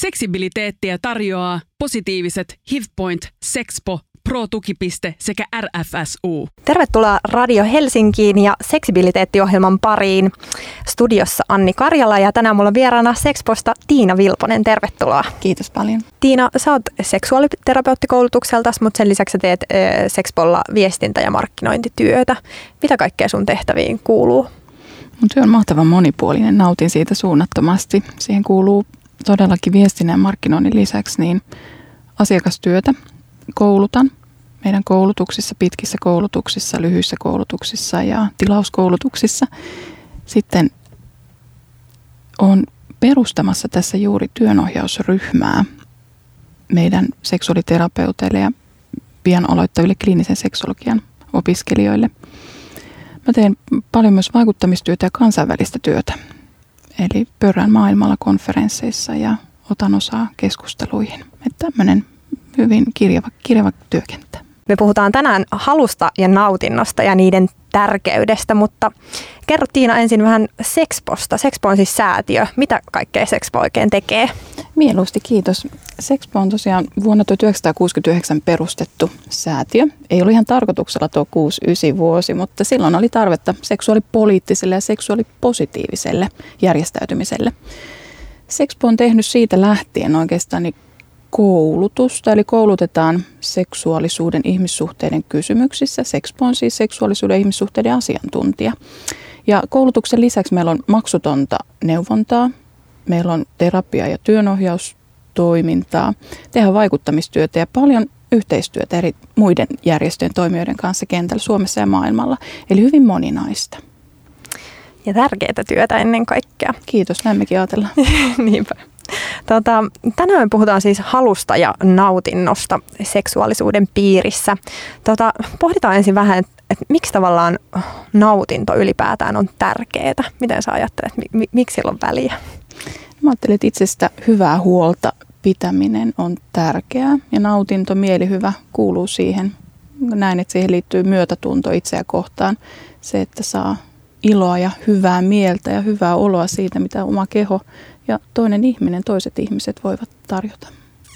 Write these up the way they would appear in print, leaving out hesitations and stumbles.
Seksibiliteettiä tarjoaa positiiviset HIVPoint, Sexpo, Pro-tukipiste sekä RFSU. Tervetuloa Radio Helsinkiin ja seksibiliteettiohjelman pariin. Studiossa Anni Karjala ja tänään mulla on vieraana Sexposta Tiina Vilponen. Tervetuloa. Kiitos paljon. Tiina, sä oot seksuaaliterapeuttikoulutukselta, mutta sen lisäksi teet Sexpolla viestintä- ja markkinointityötä. Mitä kaikkea sun tehtäviin kuuluu? Mun työ on mahtavan monipuolinen. Nautin siitä suunnattomasti. Siihen kuuluu todellakin viestinnän ja markkinoinnin lisäksi niin asiakastyötä. Koulutan meidän koulutuksissa, pitkissä koulutuksissa, lyhyissä koulutuksissa ja tilauskoulutuksissa. Sitten olen perustamassa tässä juuri työnohjausryhmää meidän seksuaaliterapeuteille ja pian aloittaville kliinisen seksologian opiskelijoille. Mä teen paljon myös vaikuttamistyötä ja kansainvälistä työtä. Eli pörrään maailmalla konferensseissa ja otan osaa keskusteluihin. Että tämmöinen hyvin kirjava työkenttä. Me puhutaan tänään halusta ja nautinnosta ja niiden tärkeydestä, mutta kerro Tiina ensin vähän Sexposta. Sexpo on siis säätiö. Mitä kaikkea Sexpo oikein tekee? Mieluusti, kiitos. Sexpo on tosiaan vuonna 1969 perustettu säätiö. Ei ollut ihan tarkoituksella tuo 69 vuosi, mutta silloin oli tarvetta seksuaalipoliittiselle ja seksuaalipositiiviselle järjestäytymiselle. Sexpo on tehnyt siitä lähtien oikeastaan koulutusta, eli koulutetaan seksuaalisuuden ihmissuhteiden kysymyksissä. Sexpo on siis seksuaalisuuden ihmissuhteiden asiantuntija. Ja koulutuksen lisäksi meillä on maksutonta neuvontaa, meillä on terapia- ja työnohjaustoimintaa, tehdään vaikuttamistyötä ja paljon yhteistyötä eri muiden järjestöjen toimijoiden kanssa kentällä Suomessa ja maailmalla. Eli hyvin moninaista. Ja tärkeää työtä ennen kaikkea. Kiitos, näin mekin ajatellaan. Niinpä. Tänään me puhutaan siis halusta ja nautinnosta seksuaalisuuden piirissä. Pohditaan ensin vähän, että miksi tavallaan nautinto ylipäätään on tärkeää. Miten sä ajattelet, miksi sillä on väliä? Mä ajattelen, että itsestä hyvää huolta pitäminen on tärkeää ja nautinto, mielihyvä kuuluu siihen. Näin, että siihen liittyy myötätunto itseä kohtaan. Se, että saa iloa ja hyvää mieltä ja hyvää oloa siitä, mitä oma keho ja toinen ihminen, toiset ihmiset voivat tarjota.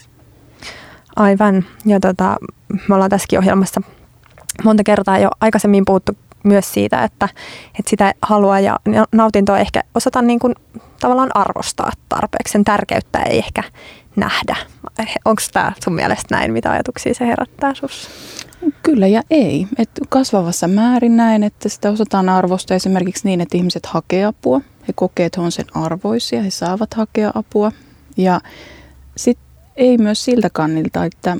Aivan. Ja me ollaan tässäkin ohjelmassa monta kertaa jo aikaisemmin puhuttu myös siitä, että sitä halua ja nautintoa ehkä osataan niin kuin tavallaan arvostaa tarpeeksi. Sen tärkeyttä ei ehkä nähdä. Onko tämä sun mielestä näin? Mitä ajatuksia se herättää sussa? Kyllä ja ei. Et kasvavassa määrin näin, että sitä osataan arvostaa esimerkiksi niin, että ihmiset hakee apua. He kokee, että he on sen arvoisia, he saavat hakea apua. Ja sitten ei myös siltä kannilta, että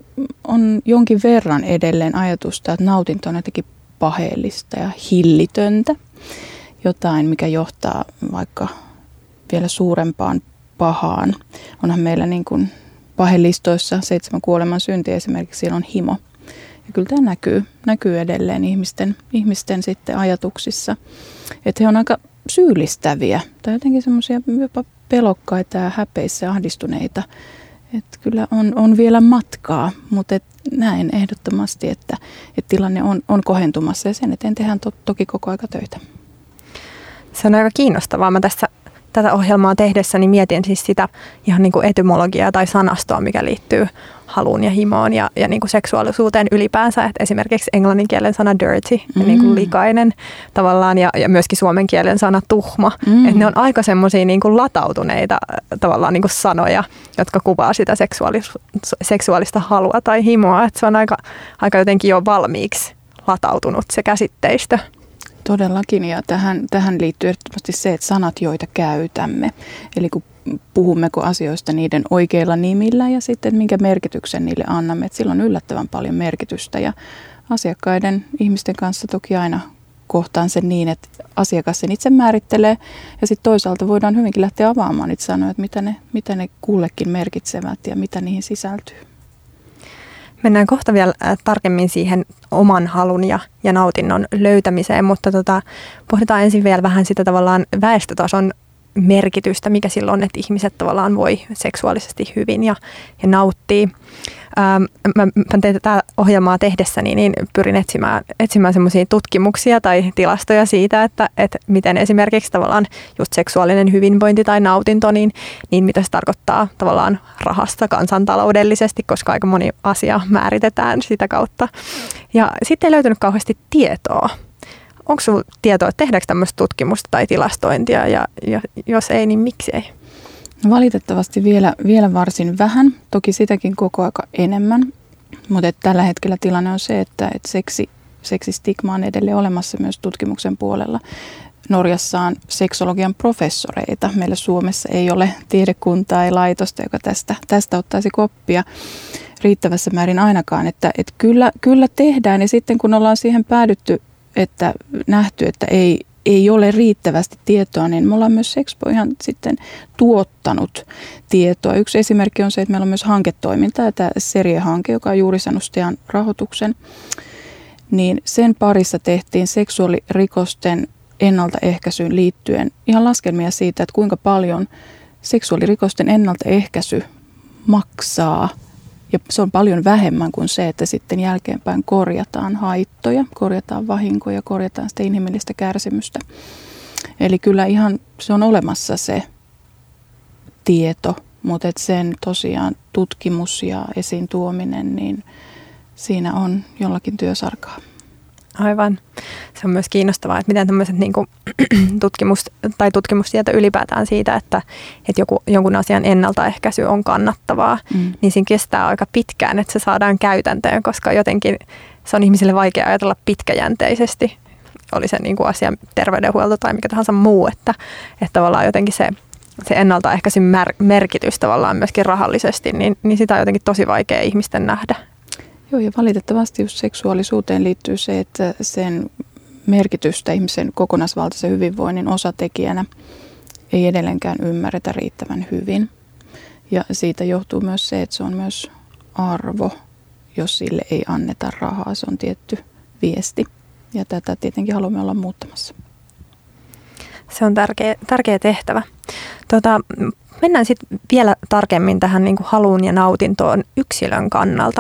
on jonkin verran edelleen ajatusta, että nautinto on jotenkin paheellista ja hillitöntä. Jotain, mikä johtaa vaikka vielä suurempaan pahaan. Onhan meillä niin kuin pahelistoissa 7 kuoleman syntiä esimerkiksi, siellä on himo. Ja kyllä tämä näkyy edelleen ihmisten sitten ajatuksissa, että he on aika syyllistäviä tai jotenkin semmoisia jopa pelokkaita ja häpeissä ja ahdistuneita. Että kyllä on vielä matkaa, mutta näen ehdottomasti, että tilanne on kohentumassa ja sen eteen tehdään toki koko aika töitä. Se on aika kiinnostavaa. Mä tässä tätä ohjelmaa tehdessäni mietin siis sitä ihan niin kuin etymologiaa tai sanastoa, mikä liittyy haluun ja himoon ja niin kuin seksuaalisuuteen ylipäänsä. Että esimerkiksi englannin kielen sana dirty, niin kuin likainen tavallaan, ja myöskin suomen kielen sana tuhma. Että ne on aika semmoisia niin kuin latautuneita tavallaan niin kuin sanoja, jotka kuvaa sitä seksuaalista halua tai himoa. Että se on aika jotenkin jo valmiiksi latautunut se käsitteistö. Todellakin, ja tähän liittyy ehdottomasti se, että sanat, joita käytämme, eli kun puhummeko asioista niiden oikeilla nimillä ja sitten minkä merkityksen niille annamme, että sillä on yllättävän paljon merkitystä ja asiakkaiden ihmisten kanssa toki aina kohtaan sen niin, että asiakas sen itse määrittelee ja sitten toisaalta voidaan hyvinkin lähteä avaamaan niitä sanoja, että mitä ne kullekin merkitsevät ja mitä niihin sisältyy. Mennään kohta vielä tarkemmin siihen oman halun ja nautinnon löytämiseen, mutta pohditaan ensin vielä vähän sitä tavallaan väestötason merkitystä, mikä silloin, että ihmiset tavallaan voi seksuaalisesti hyvin ja nauttii. Mä tein tätä ohjelmaa tehdessäni, niin pyrin etsimään semmoisia tutkimuksia tai tilastoja siitä, että miten esimerkiksi tavallaan just seksuaalinen hyvinvointi tai nautinto, niin mitä se tarkoittaa tavallaan rahassa kansantaloudellisesti, koska aika moni asia määritetään sitä kautta. Ja sitten ei löytynyt kauheasti tietoa. Onko sinulla tietoa, että tehdäänkö tämmöistä tutkimusta tai tilastointia ja jos ei, niin miksi ei? Valitettavasti vielä varsin vähän, toki sitäkin koko aika enemmän, mutta tällä hetkellä tilanne on se, että seksistigma on edelleen olemassa myös tutkimuksen puolella. Norjassa on seksologian professoreita. Meillä Suomessa ei ole tiedekuntaa ja laitosta, joka tästä ottaisi koppia riittävässä määrin ainakaan. Että kyllä tehdään ja sitten kun ollaan siihen päädytty, että nähty, että ei ole riittävästi tietoa, niin me ollaan myös Sexpo ihan sitten tuottanut tietoa. Yksi esimerkki on se, että meillä on myös hanketoimintaa, tämä Serie-hanke, joka on juuri saanut STEAn rahoituksen, niin sen parissa tehtiin seksuaalirikosten ennaltaehkäisyyn liittyen ihan laskelmia siitä, että kuinka paljon seksuaalirikosten ennaltaehkäisy maksaa. Ja se on paljon vähemmän kuin se, että sitten jälkeenpäin korjataan haittoja, korjataan vahinkoja, korjataan sitä inhimillistä kärsimystä. Eli kyllä ihan se on olemassa se tieto, mutta sen tosiaan tutkimus ja esiin tuominen, niin siinä on jollakin työsarkaa. Aivan. Se on myös kiinnostavaa, että miten tämmöiset niin kuin tutkimustieto ylipäätään siitä, että jonkun asian ennaltaehkäisy on kannattavaa, niin siinä kestää aika pitkään, että se saadaan käytäntöön, koska jotenkin se on ihmisille vaikea ajatella pitkäjänteisesti. Oli se niin kuin asia terveydenhuolto tai mikä tahansa muu, että tavallaan jotenkin se ennaltaehkäisyn merkitys tavallaan myöskin rahallisesti, niin sitä on jotenkin tosi vaikea ihmisten nähdä. Joo, ja valitettavasti just seksuaalisuuteen liittyy se, että sen merkitystä ihmisen kokonaisvaltaisen hyvinvoinnin osatekijänä ei edelleenkään ymmärretä riittävän hyvin. Ja siitä johtuu myös se, että se on myös arvo, jos sille ei anneta rahaa. Se on tietty viesti ja tätä tietenkin haluamme olla muuttamassa. Se on tärkeä tehtävä. Mennään sitten vielä tarkemmin tähän niin kuin haluun ja nautintoon yksilön kannalta.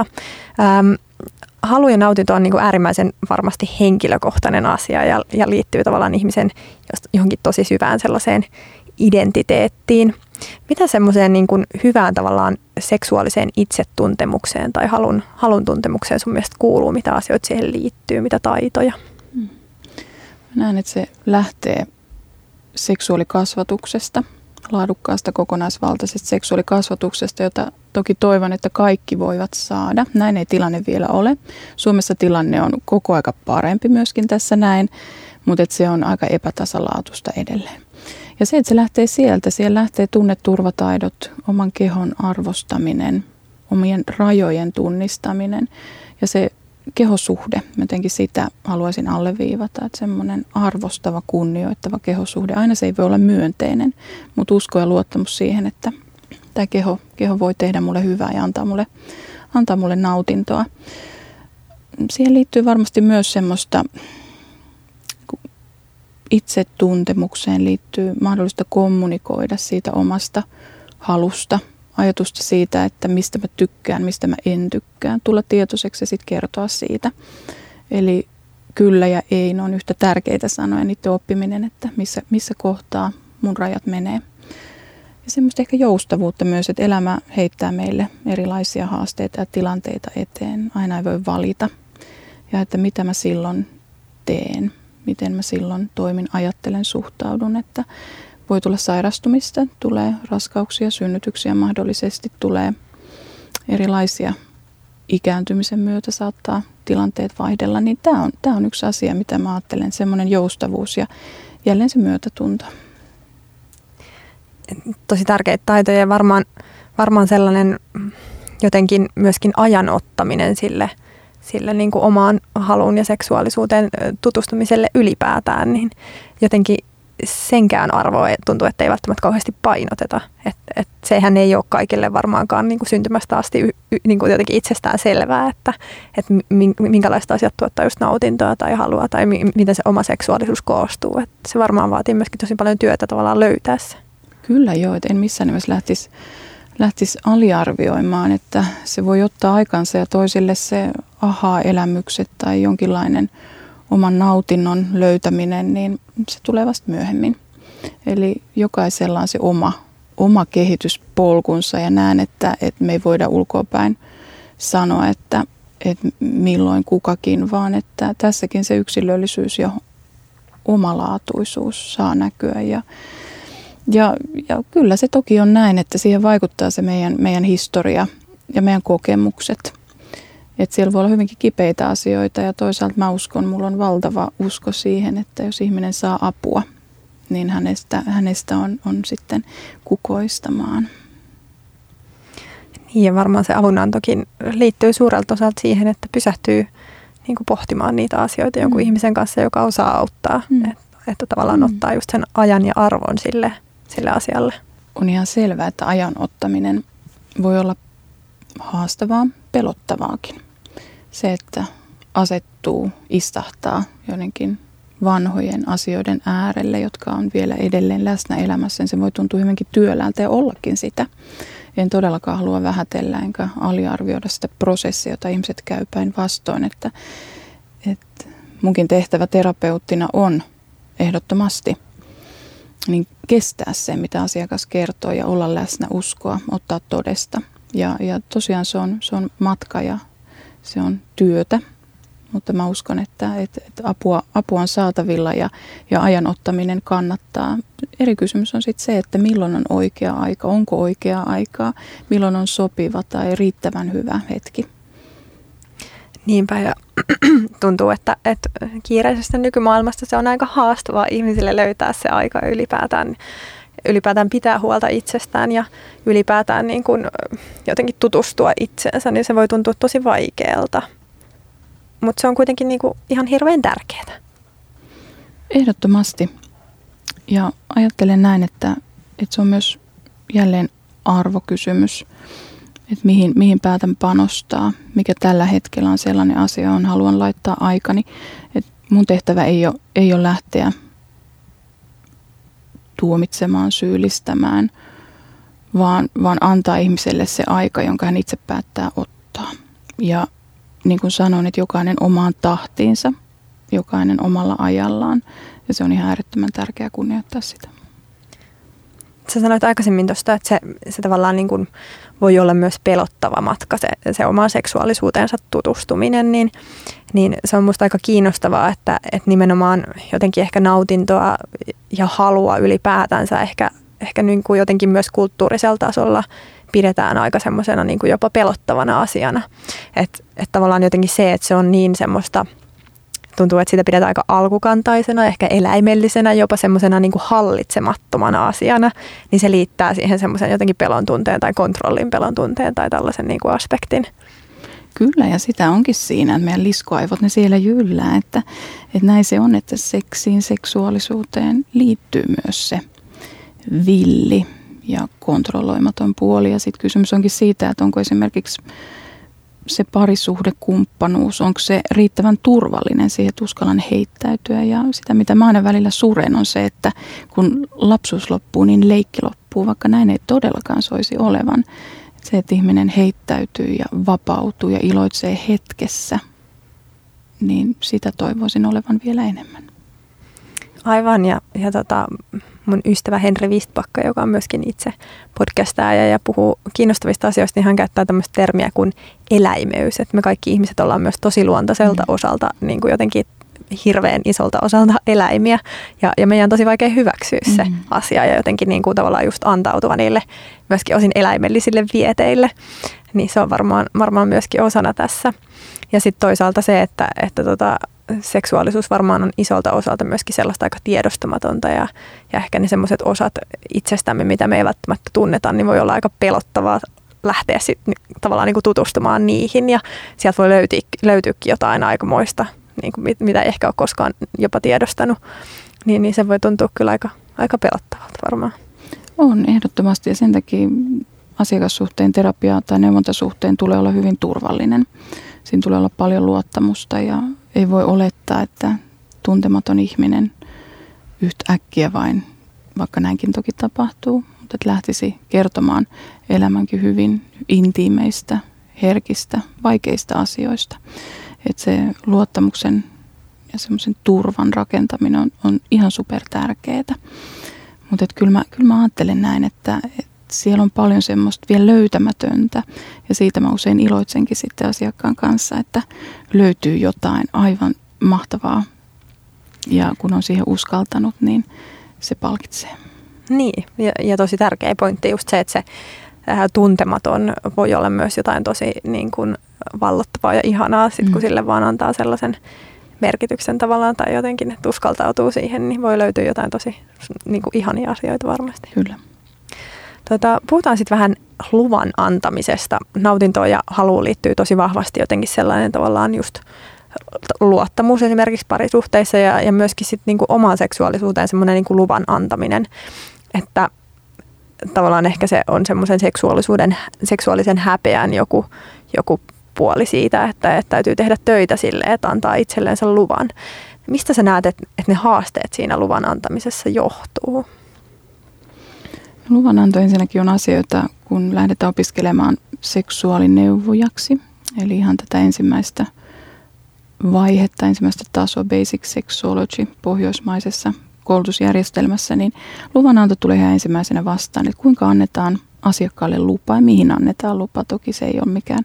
Halu ja nautinto on niin kuin äärimmäisen varmasti henkilökohtainen asia ja liittyy tavallaan ihmisen johonkin tosi syvään sellaiseen identiteettiin. Mitä semmoiseen niin kuin hyvään tavallaan seksuaaliseen itsetuntemukseen tai halun tuntemukseen sun mielestä kuuluu? Mitä asioita siihen liittyy, mitä taitoja? Näen, että se lähtee seksuaalikasvatuksesta, laadukkaasta kokonaisvaltaisesta seksuaalikasvatuksesta, jota toki toivon, että kaikki voivat saada. Näin ei tilanne vielä ole. Suomessa tilanne on koko aika parempi myöskin tässä näin, mutta se on aika epätasalaatuista edelleen. Ja se, että se lähtee sieltä, siellä lähtee tunneturvataidot, oman kehon arvostaminen, omien rajojen tunnistaminen ja se kehosuhde. Jotenkin sitä haluaisin alleviivata, että semmoinen arvostava, kunnioittava kehosuhde. Aina se ei voi olla myönteinen, mutta usko ja luottamus siihen, että tämä keho voi tehdä mulle hyvää ja antaa mulle nautintoa. Siihen liittyy varmasti myös semmoista itsetuntemukseen liittyy mahdollista kommunikoida siitä omasta halusta, ajatusta siitä, että mistä mä tykkään, mistä mä en tykkään, tulla tietoiseksi ja sitten kertoa siitä. Eli kyllä ja ei, ne on yhtä tärkeitä sanoja, niiden oppiminen, että missä kohtaa mun rajat menee. Ja semmoista ehkä joustavuutta myös, että elämä heittää meille erilaisia haasteita ja tilanteita eteen. Aina ei voi valita. Ja että mitä mä silloin teen, miten mä silloin toimin, ajattelen, suhtaudun, että voi tulla sairastumista, tulee raskauksia, synnytyksiä mahdollisesti, tulee erilaisia ikääntymisen myötä, saattaa tilanteet vaihdella. Niin tämä on yksi asia, mitä mä ajattelen, semmoinen joustavuus ja jälleen se myötätunto. Tosi tärkeitä taitoja ja varmaan sellainen jotenkin myöskin ajanottaminen sille niin kuin omaan haluun ja seksuaalisuuteen tutustumiselle ylipäätään, niin jotenkin senkään arvoa tuntuu, että ei välttämättä kauheasti painoteta. Et sehän ei ole kaikille varmaankaan niin kuin syntymästä asti niin kuin jotenkin itsestään selvää, että minkälaista asiat tuottaa just nautintoa tai halua tai miten se oma seksuaalisuus koostuu. Et se varmaan vaatii myöskin tosi paljon työtä tavallaan löytää se. Kyllä joo, että en missään nimessä lähtisi aliarvioimaan, että se voi ottaa aikansa ja toisille se aha-elämykset tai jonkinlainen oman nautinnon löytäminen, niin se tulee vasta myöhemmin. Eli jokaisella on se oma kehityspolkunsa ja näen, että me ei voida ulkoapäin sanoa, että milloin kukakin, vaan että tässäkin se yksilöllisyys ja omalaatuisuus saa näkyä. Ja kyllä se toki on näin, että siihen vaikuttaa se meidän historia ja meidän kokemukset. Että siellä voi olla hyvinkin kipeitä asioita ja toisaalta mulla on valtava usko siihen, että jos ihminen saa apua, niin hänestä on sitten kukoistamaan. Niin ja varmaan se avunantokin liittyy suurelta osalta siihen, että pysähtyy niin kuin pohtimaan niitä asioita jonkun ihmisen kanssa, joka osaa auttaa. Että tavallaan ottaa just sen ajan ja arvon sille asialle. On ihan selvää, että ajan ottaminen voi olla haastavaa, pelottavaakin. Se, että asettuu, istahtaa jonnekin vanhojen asioiden äärelle, jotka on vielä edelleen läsnä elämässä, se voi tuntua hyvinkin työläältä ja ollakin sitä. En todellakaan halua vähätellä enkä aliarvioida sitä prosessia, jota ihmiset käy päinvastoin, että munkin tehtävä terapeuttina on ehdottomasti niin kestää se, mitä asiakas kertoo ja olla läsnä, uskoa, ottaa todesta. Ja tosiaan se on matka ja se on työtä, mutta mä uskon, että apua on saatavilla ja ajan ottaminen kannattaa. Eri kysymys on sitten se, että milloin on oikea aika, onko oikea aikaa, milloin on sopiva tai riittävän hyvä hetki. Niinpä ja tuntuu, että kiireisestä nykymaailmasta se on aika haastavaa ihmisille löytää se aika ylipäätään pitää huolta itsestään ja ylipäätään niin kuin jotenkin tutustua itseensä, niin se voi tuntua tosi vaikealta. Mutta se on kuitenkin niin kuin ihan hirveän tärkeää. Ehdottomasti. Ja ajattelen näin, että se on myös jälleen arvokysymys, että mihin päätän panostaa, mikä tällä hetkellä on sellainen asia, johon haluan laittaa aikani. Että mun tehtävä ei ole lähteä tuomitsemaan, syyllistämään, vaan antaa ihmiselle se aika, jonka hän itse päättää ottaa. Ja niin kuin sanoin, että jokainen omaan tahtiinsa, jokainen omalla ajallaan. Ja se on ihan äärettömän tärkeää kunnioittaa sitä. Sä sanoit aikaisemmin tuosta, että se tavallaan niin kuin voi olla myös pelottava matka, se omaan seksuaalisuuteensa tutustuminen, niin se on musta aika kiinnostavaa, että nimenomaan jotenkin ehkä nautintoa ja halua ylipäätänsä ehkä niin kuin jotenkin myös kulttuurisella tasolla pidetään aika semmoisena niin kuin jopa pelottavana asiana. Että tavallaan jotenkin se, että se on niin semmoista, tuntuu, että sitä pidetään aika alkukantaisena, ehkä eläimellisenä, jopa semmoisena niin kuin hallitsemattomana asiana, niin se liittää siihen semmoisen jotenkin pelon tunteen tai kontrollin pelon tunteen tai tällaisen niin kuin aspektin. Kyllä, ja sitä onkin siinä, että meidän liskoaivot ne siellä jyllää, että näin se on, että seksiin, seksuaalisuuteen liittyy myös se villi ja kontrolloimaton puoli. Ja sitten kysymys onkin siitä, että onko esimerkiksi se parisuhdekumppanuus, onko se riittävän turvallinen siihen, että uskallan heittäytyä. Ja sitä, mitä mä aina välillä suren, on se, että kun lapsuus loppuu, niin leikki loppuu, vaikka näin ei todellakaan soisi olevan. Se, että ihminen heittäytyy ja vapautuu ja iloitsee hetkessä, niin sitä toivoisin olevan vielä enemmän. Aivan, ja mun ystävä Henri Vistbacka, joka on myöskin itse podcastaaja ja puhuu kiinnostavista asioista, niin hän käyttää tämmöistä termiä kuin eläimeys. Että me kaikki ihmiset ollaan myös tosi luontaiselta osalta, niin kuin jotenkin hirveän isolta osalta eläimiä. Ja meidän on tosi vaikea hyväksyä se asia ja jotenkin niin kuin tavallaan just antautua niille myöskin osin eläimellisille vieteille. Niin se on varmaan myöskin osana tässä. Ja sitten toisaalta se, että seksuaalisuus varmaan on isolta osalta myöskin sellaista aika tiedostamatonta ja ehkä ne semmoiset osat itsestämme, mitä me ei välttämättä tunneta, niin voi olla aika pelottavaa lähteä sitten tavallaan niin kuin tutustumaan niihin ja sieltä voi löytyykin jotain aikamoista, niin kuin mitä ei ehkä ole koskaan jopa tiedostanut, niin se voi tuntua kyllä aika pelottavalta varmaan. On ehdottomasti ja sen takia asiakassuhteen, terapia- tai neuvontasuhteen tulee olla hyvin turvallinen. Siinä tulee olla paljon luottamusta ja ei voi olettaa, että tuntematon ihminen yhtäkkiä vain, vaikka näinkin toki tapahtuu, mutta että lähtisi kertomaan elämänkin hyvin intiimeistä, herkistä, vaikeista asioista. Että se luottamuksen ja semmoisen turvan rakentaminen on ihan super tärkeää. Mutta kyllä mä ajattelen näin, että siellä on paljon semmoista vielä löytämätöntä ja siitä mä usein iloitsenkin sitten asiakkaan kanssa, että löytyy jotain aivan mahtavaa ja kun on siihen uskaltanut, niin se palkitsee. Niin, ja tosi tärkeä pointti just se, että se tuntematon voi olla myös jotain tosi niin kuin vallottavaa ja ihanaa, sit kun sille vaan antaa sellaisen merkityksen tavallaan tai jotenkin, että uskaltautuu siihen, niin voi löytyä jotain tosi niin kuin ihania asioita varmasti. Kyllä. Puhutaan sitten vähän luvan antamisesta. Nautintoon ja haluun liittyy tosi vahvasti jotenkin sellainen tavallaan just luottamus esimerkiksi parisuhteissa ja myöskin sitten niinku omaan seksuaalisuuteen semmoinen niinku luvan antaminen. Että tavallaan ehkä se on semmoisen seksuaalisen häpeän joku puoli siitä, että täytyy tehdä töitä sille, että antaa itsellensä luvan. Mistä sä näet, että ne haasteet siinä luvan antamisessa johtuu? Luvananto ensinnäkin on asioita, kun lähdetään opiskelemaan seksuaalineuvojaksi, eli ihan tätä ensimmäistä vaihetta, ensimmäistä tasoa Basic Sexology pohjoismaisessa koulutusjärjestelmässä, niin luvananto tulee ihan ensimmäisenä vastaan, että kuinka annetaan asiakkaalle lupa ja mihin annetaan lupa. Toki se ei ole mikään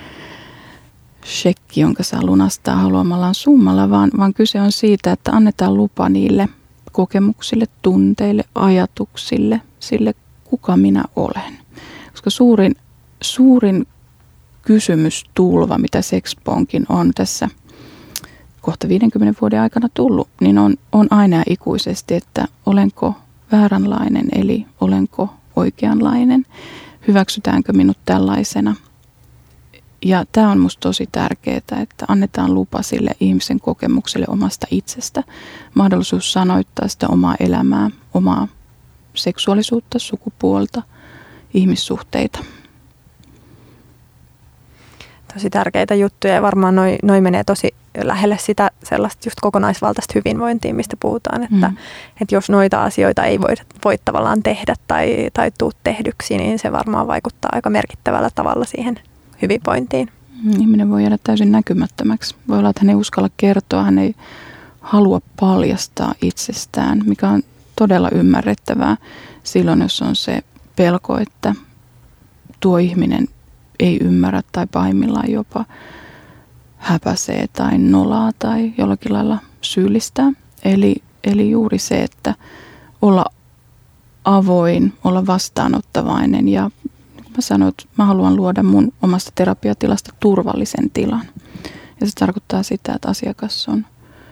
shekki, jonka saa lunastaa haluamallaan summalla, vaan kyse on siitä, että annetaan lupa niille kokemuksille, tunteille, ajatuksille, sille kuka minä olen. Koska suurin kysymystulva, mitä Sexponkin on tässä kohta 50 vuoden aikana tullut, niin on aina ja ikuisesti, että olenko vääränlainen, eli olenko oikeanlainen, hyväksytäänkö minut tällaisena. Ja tämä on musta tosi tärkeää, että annetaan lupa sille ihmisen kokemukselle omasta itsestä, mahdollisuus sanoittaa sitä omaa elämää, omaa seksuaalisuutta, sukupuolta, ihmissuhteita. Tosi tärkeitä juttuja ja varmaan noi menee tosi lähelle sitä sellaista just kokonaisvaltaista hyvinvointia, mistä puhutaan, että jos noita asioita ei voi tavallaan tehdä tai tuu tehdyksi, niin se varmaan vaikuttaa aika merkittävällä tavalla siihen hyvinvointiin. Ihminen voi jäädä täysin näkymättömäksi. Voi olla, että hän ei uskalla kertoa, hän ei halua paljastaa itsestään, mikä on todella ymmärrettävää silloin, jos on se pelko, että tuo ihminen ei ymmärrä tai pahimmillaan jopa häpäisee tai nolaa tai jollakin lailla syyllistää. Eli juuri se, että olla avoin, olla vastaanottavainen ja mä sanoin, että mä haluan luoda mun omasta terapiatilasta turvallisen tilan. Ja se tarkoittaa sitä, että asiakas on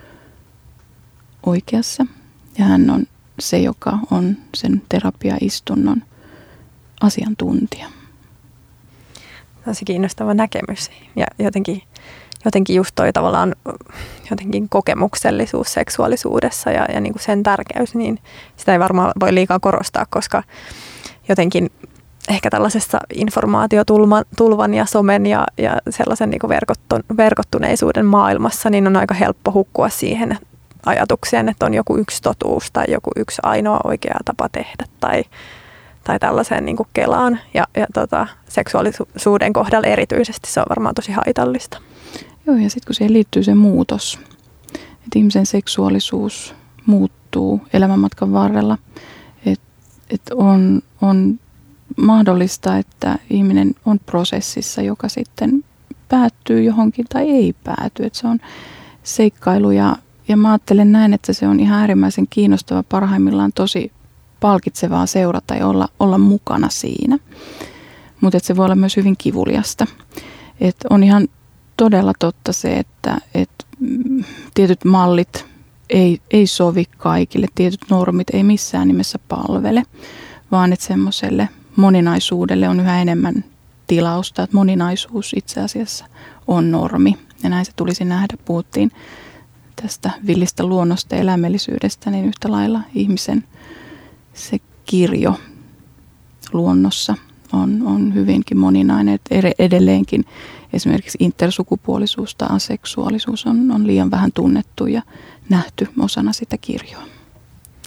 oikeassa ja hän on se, joka on sen terapiaistunnon asiantuntija. Tosi kiinnostava näkemys ja jotenkin just toi tavallaan jotenkin kokemuksellisuus seksuaalisuudessa ja niin kuin sen tärkeys, niin sitä ei varmaan voi liikaa korostaa, koska jotenkin ehkä tällaisessa informaatiotulvan ja somen ja sellaisen niin kuin verkottuneisuuden maailmassa niin on aika helppo hukkua siihen ajatukseen, että on joku yksi totuus tai joku yksi ainoa oikea tapa tehdä tai tällaiseen niin kuin kelaan. Ja seksuaalisuuden kohdalla erityisesti se on varmaan tosi haitallista. Joo, ja sitten kun siihen liittyy se muutos, että ihmisen seksuaalisuus muuttuu elämänmatkan varrella, että on mahdollista, että ihminen on prosessissa, joka sitten päättyy johonkin tai ei pääty. Että se on seikkailu ja mä ajattelen näin, että se on ihan äärimmäisen kiinnostava, parhaimmillaan tosi palkitsevaa seurata ja olla mukana siinä. Mutta se voi olla myös hyvin kivuliasta. Et on ihan todella totta se, että tietyt mallit ei sovi kaikille, tietyt normit ei missään nimessä palvele, vaan että semmoiselle moninaisuudelle on yhä enemmän tilausta, että moninaisuus itse asiassa on normi. Ja näin se tulisi nähdä. Puhuttiin tästä villistä luonnosta ja eläimellisyydestä, niin yhtä lailla ihmisen se kirjo luonnossa on hyvinkin moninainen. Että edelleenkin esimerkiksi intersukupuolisuus tai aseksuaalisuus on liian vähän tunnettu ja nähty osana sitä kirjoa.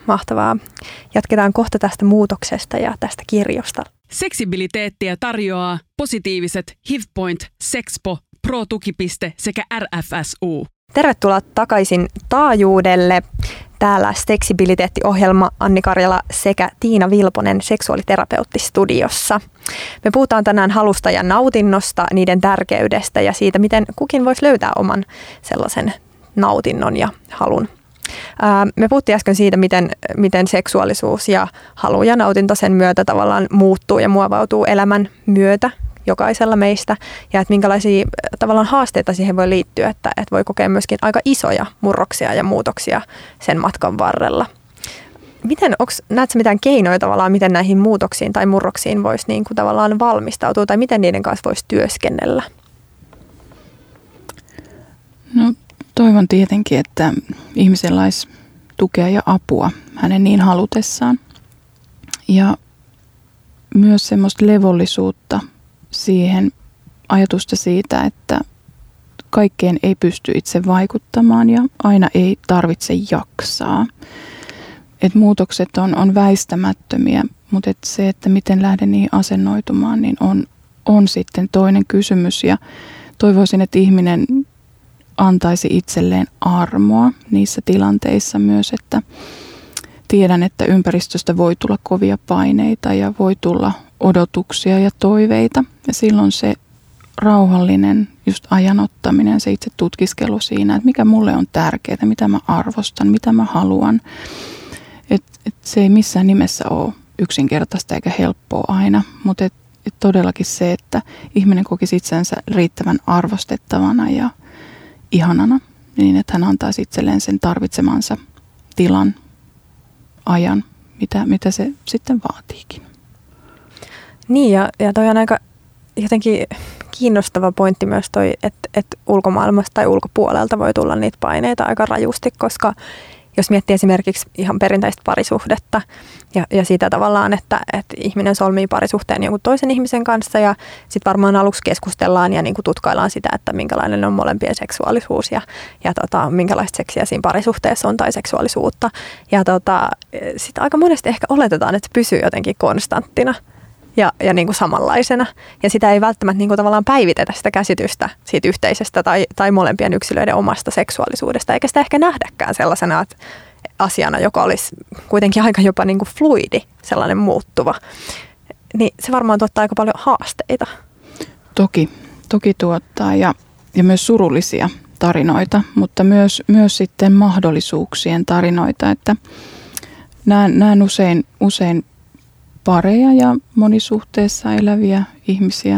Mahtavaa. Jatketaan kohta tästä muutoksesta ja tästä kirjosta. Seksibiliteettiä tarjoaa positiiviset HIVPoint, Sexpo, Pro-tukipiste sekä RFSU. Tervetuloa takaisin taajuudelle. Täällä Seksibiliteetti-ohjelma Anni Karjala sekä Tiina Vilponen seksuaaliterapeuttistudiossa. Me puhutaan tänään halusta ja nautinnosta, niiden tärkeydestä ja siitä, miten kukin voisi löytää oman sellaisen nautinnon ja halun. Me puhuttiin äsken siitä, miten seksuaalisuus ja halu ja nautinto sen myötä tavallaan muuttuu ja muovautuu elämän myötä jokaisella meistä ja että minkälaisia tavallaan haasteita siihen voi liittyä, että voi kokea myöskin aika isoja murroksia ja muutoksia sen matkan varrella. Näetkö mitään keinoja tavallaan, miten näihin muutoksiin tai murroksiin voisi niin kuin tavallaan valmistautua tai miten niiden kanssa voisi työskennellä? No toivon tietenkin, että ihmisellä olisi tukea ja apua hänen niin halutessaan ja myös semmoista levollisuutta siihen ajatusta siitä, että kaikkeen ei pysty itse vaikuttamaan ja aina ei tarvitse jaksaa. Et muutokset on väistämättömiä, mutta se, että miten lähden niihin asennoitumaan, niin on sitten toinen kysymys. Ja toivoisin, että ihminen antaisi itselleen armoa niissä tilanteissa myös, että tiedän, että ympäristöstä voi tulla kovia paineita ja voi tulla odotuksia ja toiveita. Ja silloin se rauhallinen just ajanottaminen, se itse tutkiskelu siinä, että mikä mulle on tärkeää, mitä mä arvostan, mitä mä haluan. Et se ei missään nimessä ole yksinkertaista eikä helppoa aina, mutta et todellakin se, että ihminen kokisi itsensä riittävän arvostettavana ja ihanana, niin että hän antaa itselleen sen tarvitsemansa tilan, ajan, mitä se sitten vaatiikin. Niin ja toi on aika jotenkin kiinnostava pointti myös toi, että ulkomaailmasta tai ulkopuolelta voi tulla niitä paineita aika rajusti, koska jos miettii esimerkiksi ihan perinteistä parisuhdetta ja sitä tavallaan, että ihminen solmii parisuhteen jonkun toisen ihmisen kanssa ja sitten varmaan aluksi keskustellaan ja niin kuin tutkaillaan sitä, että minkälainen on molempien seksuaalisuus ja minkälaista seksiä siinä parisuhteessa on tai seksuaalisuutta. Ja sitten aika monesti ehkä oletetaan, että se pysyy jotenkin konstanttina ja niin kuin samanlaisena. Ja sitä ei välttämättä niin kuin tavallaan päivitetä sitä käsitystä siitä yhteisestä tai molempien yksilöiden omasta seksuaalisuudesta, eikä sitä ehkä nähdäkään sellaisena asiana, joka olisi kuitenkin aika jopa niin kuin fluidi, sellainen muuttuva. Niin se varmaan tuottaa aika paljon haasteita. Toki tuottaa ja myös surullisia tarinoita, mutta myös sitten mahdollisuuksien tarinoita, että näen usein pareja ja monisuhteessa eläviä ihmisiä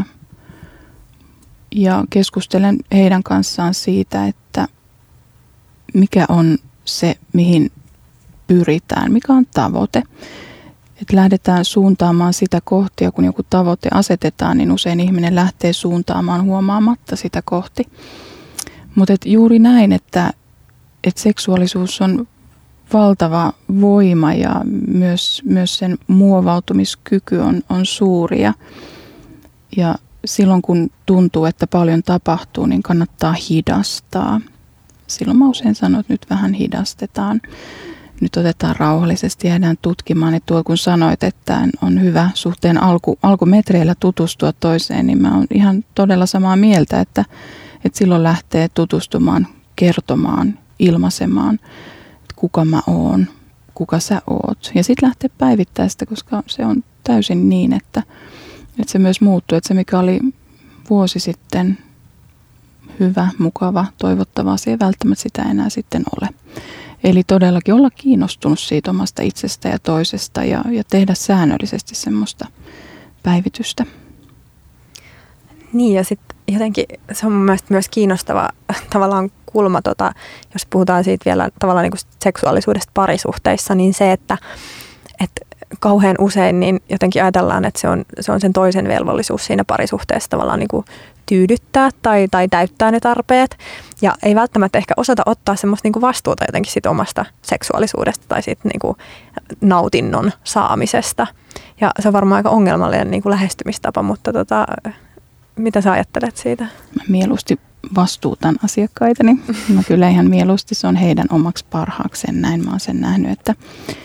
ja keskustelen heidän kanssaan siitä, että mikä on se, mihin pyritään, mikä on tavoite. Että lähdetään suuntaamaan sitä kohti ja kun joku tavoite asetetaan, niin usein ihminen lähtee suuntaamaan huomaamatta sitä kohti. Mutta juuri näin, että seksuaalisuus on valtava voima ja myös sen muovautumiskyky on suuri ja silloin kun tuntuu, että paljon tapahtuu, niin kannattaa hidastaa. Silloin mä usein sanon, että nyt vähän hidastetaan. Nyt otetaan rauhallisesti ja jäädään tutkimaan. Et tuo kun sanoit, että on hyvä suhteen alkumetreillä tutustua toiseen, niin mä oon ihan todella samaa mieltä, että silloin lähtee tutustumaan, kertomaan, ilmaisemaan, kuka mä oon, kuka sä oot. Ja sitten lähtee päivittämään sitä, koska se on täysin niin, että se myös muuttuu. Että se, mikä oli vuosi sitten hyvä, mukava, toivottava asia, ei välttämättä sitä enää sitten ole. Eli todellakin olla kiinnostunut siitä omasta itsestä ja toisesta ja tehdä säännöllisesti semmoista päivitystä. Niin ja sitten jotenkin se on mun mielestä myös kiinnostava tavallaan kulma, jos puhutaan siitä vielä tavallaan niin kuin seksuaalisuudesta parisuhteissa, niin se, että kauhean usein niin jotenkin ajatellaan, että se on sen toisen velvollisuus siinä parisuhteessa tavallaan niin kuin tyydyttää tai täyttää ne tarpeet. Ja ei välttämättä ehkä osata ottaa semmoista niin kuin vastuuta jotenkin siitä omasta seksuaalisuudesta tai siitä niin kuin nautinnon saamisesta. Ja se on varmaan aika ongelmallinen niin kuin lähestymistapa, mutta mitä sä ajattelet siitä? Mä mieluusti vastuutan asiakkaitani. Mä kyllä ihan mieluusti, se on heidän omaksi parhaakseen, näin mä oon sen nähnyt,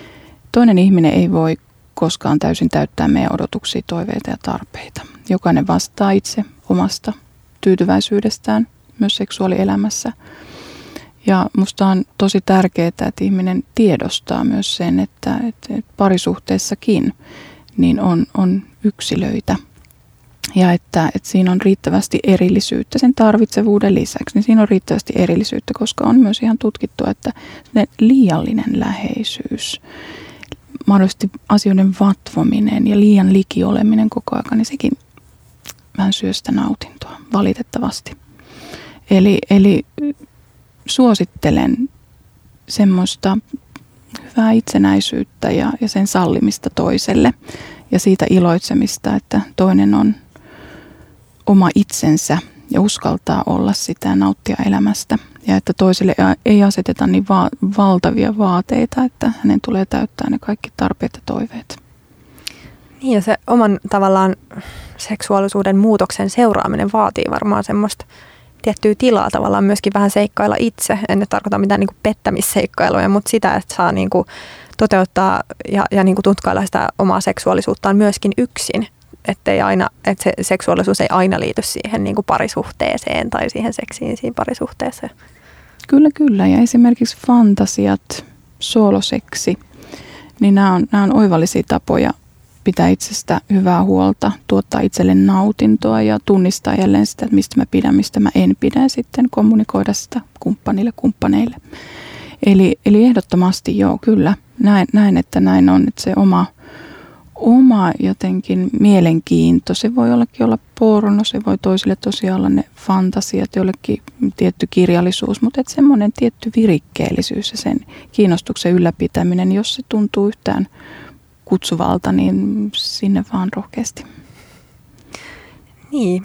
toinen ihminen ei voi koskaan täysin täyttää meidän odotuksia, toiveita ja tarpeita. Jokainen vastaa itse omasta tyytyväisyydestään myös seksuaalielämässä. Ja musta on tosi tärkeää, että ihminen tiedostaa myös sen, että parisuhteessakin niin on yksilöitä. Ja että siinä on riittävästi erillisyyttä sen tarvitsevuuden lisäksi. Niin siinä on riittävästi erillisyyttä, koska on myös ihan tutkittu, että liiallinen läheisyys, mahdollisesti asioiden vatvominen ja liian liki oleminen koko ajan, niin sekin vähän syö sitä nautintoa, valitettavasti. Eli suosittelen semmoista hyvää itsenäisyyttä ja sen sallimista toiselle ja siitä iloitsemista, että toinen on oma itsensä ja uskaltaa olla sitä ja nauttia elämästä. Ja että toiselle ei aseteta niin valtavia vaateita, että hänen tulee täyttää ne kaikki tarpeet ja toiveet. Niin ja se oman tavallaan seksuaalisuuden muutoksen seuraaminen vaatii varmaan semmoista tiettyä tilaa tavallaan myöskin vähän seikkailla itse. En nyt tarkoita mitään niin kuin pettämisseikkailuja, mutta sitä, että saa niin kuin toteuttaa ja niin kuin tutkailla sitä omaa seksuaalisuuttaan myöskin yksin. Että se seksuaalisuus ei aina liity siihen niin kuin parisuhteeseen tai siihen seksiin siinä parisuhteessa. Kyllä. Ja esimerkiksi fantasiat, sooloseksi, niin nämä on oivallisia tapoja pitää itsestä hyvää huolta, tuottaa itselle nautintoa ja tunnistaa jälleen sitä, että mistä mä pidän, mistä mä en pidä, sitten kommunikoida sitä kumppaneille. Eli ehdottomasti joo, kyllä. Näin, että näin on, että se oma jotenkin mielenkiinto, se voi olla porno, se voi toisille tosiaan olla ne fantasiat, jollekin tietty kirjallisuus, mutta että semmoinen tietty virikkeellisyys ja sen kiinnostuksen ylläpitäminen, jos se tuntuu yhtään kutsuvalta, niin sinne vaan rohkeasti. Niin,